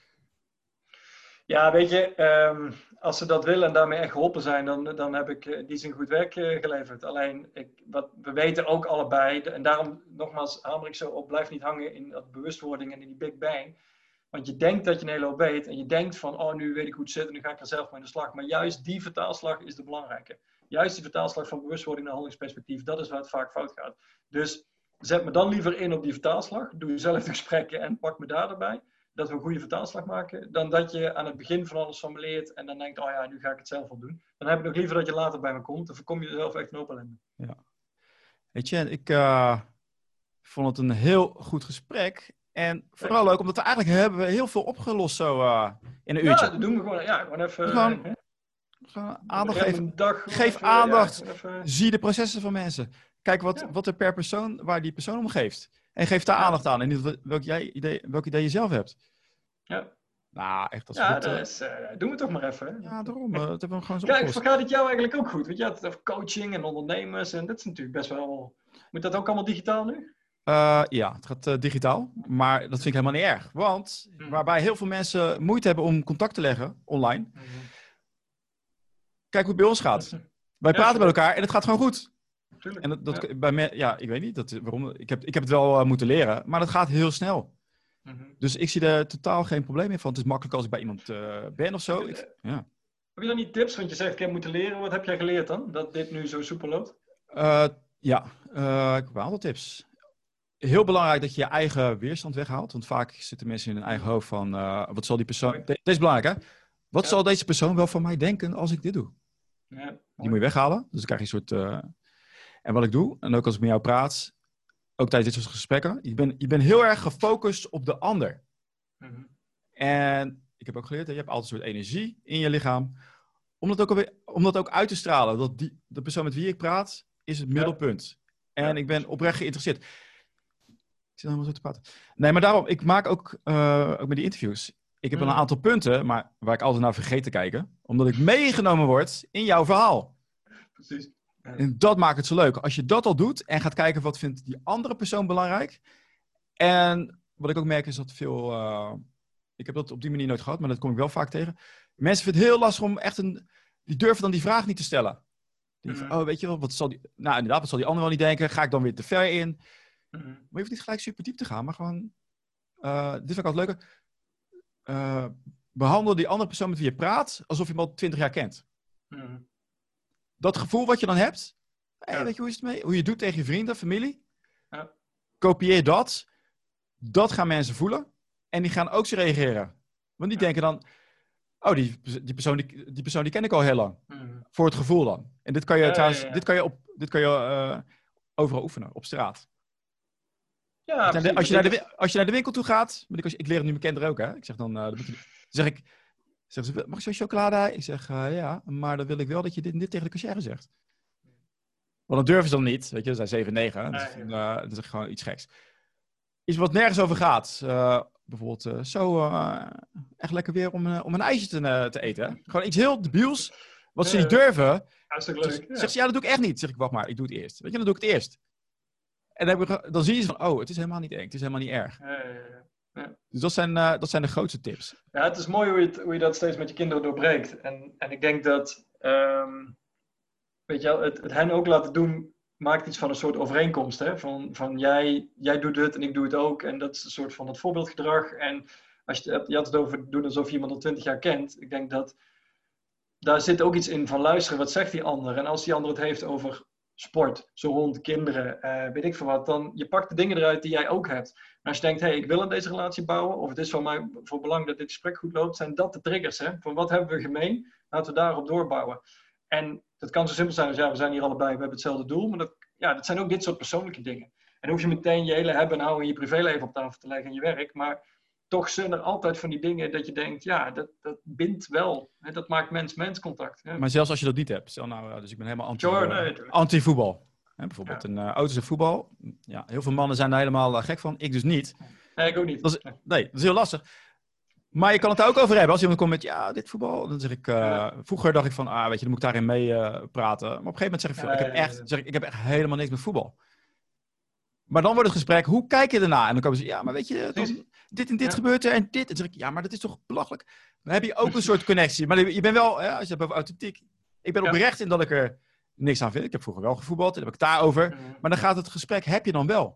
Ja, weet je, als ze dat willen en daarmee echt geholpen zijn, dan heb ik die zin goed werk geleverd. Alleen, we weten ook allebei, en daarom nogmaals hamer ik zo op, blijf niet hangen in dat bewustwording en in die Big Bang. Want je denkt dat je een hele hoop weet en je denkt van, oh, nu weet ik hoe het zit en nu ga ik er zelf mee aan de slag. Maar juist die vertaalslag is de belangrijke. Juist die vertaalslag van bewustwording naar handelingsperspectief, dat is waar het vaak fout gaat. Dus zet me dan liever in op die vertaalslag, doe zelf de gesprekken en pak me daarbij. Dat we een goede vertaalslag maken, dan dat je aan het begin van alles formuleert en dan denkt, oh ja, nu ga ik het zelf wel doen. Dan heb ik nog liever dat je later bij me komt, dan voorkom je zelf echt een hoop ellende. Ja. Weet je, ik vond het een heel goed gesprek. En vooral ook omdat we eigenlijk hebben heel veel opgelost zo in een uurtje. Ja, dat doen we gewoon. Ja, gewoon even... Gewoon aandacht geven. Geef aandacht. Zie de processen van mensen. Kijk wat er per persoon, waar die persoon om geeft. En geef daar aandacht aan. En niet welk idee je zelf hebt. Ja. Nou, echt. Doen we toch maar even. Hè? Ja, daarom. Dat hebben we gewoon zo Kijk, gaat het jou eigenlijk ook goed? Want je had het over coaching en ondernemers. En dat is natuurlijk best wel... Moet dat ook allemaal digitaal nu? Ja, het gaat digitaal. Maar dat vind ik helemaal niet erg. Want waarbij heel veel mensen moeite hebben om contact te leggen online. Kijk hoe het bij ons gaat. Wij praten met elkaar en het gaat gewoon goed. Tuurlijk. En bij mij, ik weet niet waarom. Ik heb het wel moeten leren, maar dat gaat heel snel. Dus ik zie er totaal geen probleem in van. Het is makkelijk als ik bij iemand ben of zo. Heb je dan niet tips? Want je zegt ik heb moeten leren. Wat heb jij geleerd dan? Dat dit nu zo soepel loopt? Ik heb een aantal tips. Heel belangrijk dat je je eigen weerstand weghaalt. Want vaak zitten mensen in hun eigen hoofd van... wat zal die persoon... Deze is belangrijk, hè? Wat zal deze persoon wel van mij denken als ik dit doe? Ja, die moet je weghalen. Dus dan krijg je een soort... En wat ik doe, en ook als ik met jou praat... Ook tijdens dit soort gesprekken... Je bent heel erg gefocust op de ander. En ik heb ook geleerd... Je hebt altijd een soort energie in je lichaam. Om dat ook uit te stralen. Dat de persoon met wie ik praat... is het middelpunt. En ik ben oprecht geïnteresseerd... Ik zit helemaal zo te praten. Nee, maar daarom, ik maak ook met die interviews. Ik heb een aantal punten, maar waar ik altijd naar vergeet te kijken. Omdat ik meegenomen word in jouw verhaal. Precies. Ja. En dat maakt het zo leuk. Als je dat al doet en gaat kijken wat vindt die andere persoon belangrijk. En wat ik ook merk is dat veel... ik heb dat op die manier nooit gehad, maar dat kom ik wel vaak tegen. Mensen vinden het heel lastig om echt die durven dan die vraag niet te stellen. Die van, oh, weet je wel, wat zal die... Nou, inderdaad, wat zal die ander wel niet denken? Ga ik dan weer te ver in? Maar je hoeft niet gelijk super diep te gaan, maar gewoon... dit vind ik altijd leuker. Behandel die andere persoon met wie je praat alsof je hem al 20 jaar kent. Dat gevoel wat je dan hebt... Weet je hoe is het mee? Hoe je het doet tegen je vrienden, familie. Kopieer dat. Dat gaan mensen voelen. En die gaan ook zo reageren. Want die denken dan... Oh, die persoon die ken ik al heel lang. Voor het gevoel dan. En dit kan je trouwens... Dit kan je overal oefenen, op straat. Ja, als je naar de winkel toe gaat... Ik leer het nu mijn kinderen ook, hè. Ik zeg dan... zeg ik... Zeggen ze, mag ik zo'n chocolade? Ik zeg, ja, maar dan wil ik wel dat je dit en dit tegen de cashier zegt. Want dan durven ze dan niet, weet je, ze zijn 7-9. Dus dan zeg ik gewoon iets geks. Iets wat nergens over gaat. Bijvoorbeeld, echt lekker weer om een ijsje te eten. Gewoon iets heel debiels, wat ze niet durven. Hartstikke leuk. Zegt ze, ja, dat doe ik echt niet. Zeg ik, wacht maar, ik doe het eerst. Weet je, dan doe ik het eerst. En dan zie je ze van, oh, het is helemaal niet eng, het is helemaal niet erg. Ja. Dus dat zijn de grootste tips. Ja, het is mooi hoe je dat steeds met je kinderen doorbreekt. En ik denk dat, weet je wel, het hen ook laten doen, maakt iets van een soort overeenkomst. Hè? Van jij doet het en ik doe het ook. En dat is een soort van het voorbeeldgedrag. En als je had het over doen alsof je iemand al 20 jaar kent. Ik denk dat daar zit ook iets in van luisteren. Wat zegt die ander? En als die ander het heeft over sport, zo rond kinderen, weet ik veel wat. Dan je pakt de dingen eruit die jij ook hebt. En als je denkt, hey, ik wil in deze relatie bouwen. Of het is van mij voor belang dat dit gesprek goed loopt. Zijn dat de triggers? Hè? Van wat hebben we gemeen? Laten we daarop doorbouwen. En dat kan zo simpel zijn als, ja, we zijn hier allebei, we hebben hetzelfde doel. Maar dat zijn ook dit soort persoonlijke dingen. En dan hoef je meteen je hele hebben en houden in je privéleven op tafel te leggen en je werk. Maar toch zijn er altijd van die dingen dat je denkt, ja, dat bindt wel. Hè? Dat maakt mens-mens contact. Ja. Maar zelfs als je dat niet hebt. Stel nou, dus ik ben helemaal Sure, anti-voetbal. Bijvoorbeeld auto's en voetbal. Ja, heel veel mannen zijn daar helemaal gek van. Ik dus niet. Nee, ik ook niet. Dat is heel lastig. Maar je kan het daar ook over hebben. Als iemand komt met, ja, dit voetbal. Dan zeg ik, vroeger dacht ik van, weet je, dan moet ik daarin mee praten. Maar op een gegeven moment zeg ik, ik heb echt helemaal niks met voetbal. Maar dan wordt het gesprek, hoe kijk je ernaar? En dan komen ze, ja, maar weet je, dit en dit gebeurt er en dit. En dan zeg ik, ja, maar dat is toch belachelijk? Dan heb je ook een soort connectie. Maar je bent wel, als je het hebt over authentiek. Ik ben oprecht in dat ik er niks aan vind. Ik heb vroeger wel gevoetbald, dan heb ik het daarover. Maar dan gaat het gesprek, heb je dan wel.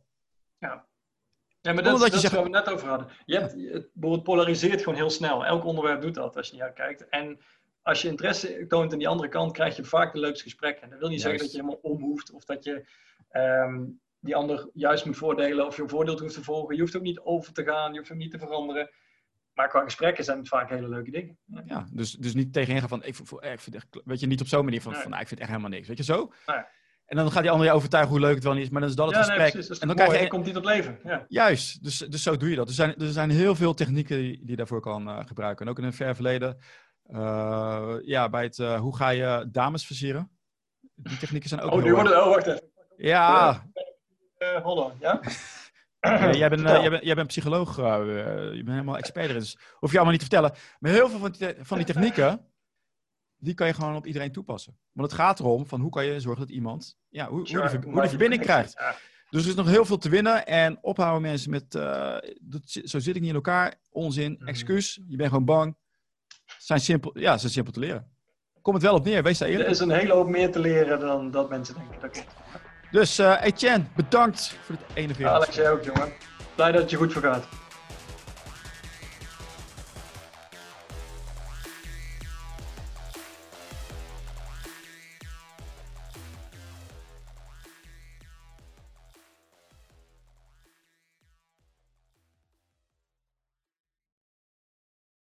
Ja, maar dat is waar we het net over hadden. Het polariseert gewoon heel snel. Elk onderwerp doet dat als je naar kijkt. En als je interesse toont aan die andere kant, krijg je vaak de leukste gesprekken. En dat wil niet zeggen dat je helemaal om hoeft. Of dat je die ander juist moet voordelen of je een voordeel hoeft te volgen. Je hoeft ook niet over te gaan, je hoeft ook niet te veranderen. Maar qua gesprekken zijn het vaak hele leuke dingen. Ja, dus niet tegenin gaan van, ik vind echt, weet je, niet op zo'n manier van, ik vind echt helemaal niks. Weet je, zo? Nee. En dan gaat die ander je overtuigen hoe leuk het wel niet is, maar dan is dat het gesprek. Nee, dat en dan komt niet tot leven. Ja. Juist, dus zo doe je dat. Er zijn heel veel technieken die je daarvoor kan gebruiken. En ook in een ver verleden, bij het hoe ga je dames versieren. Die technieken zijn ook wacht even. Ja. Hold on, ja? Jij bent psycholoog, je bent helemaal expert erin, dus hoef je allemaal niet te vertellen. Maar heel veel van die technieken, die kan je gewoon op iedereen toepassen. Want het gaat erom van hoe kan je zorgen dat iemand, hoe die verbinding krijgt. Ja. Dus er is nog heel veel te winnen en ophouden mensen met, zo zit ik niet in elkaar, onzin, excuus, je bent gewoon bang. Zijn simpel te leren. Kom het wel op neer, wees daar eerlijk. Er is een hele hoop meer te leren dan dat mensen denken. Okay. Dus Etienne, bedankt voor dit 41. Alex, jij ook, jongen. Blij dat het je goed voor gaat.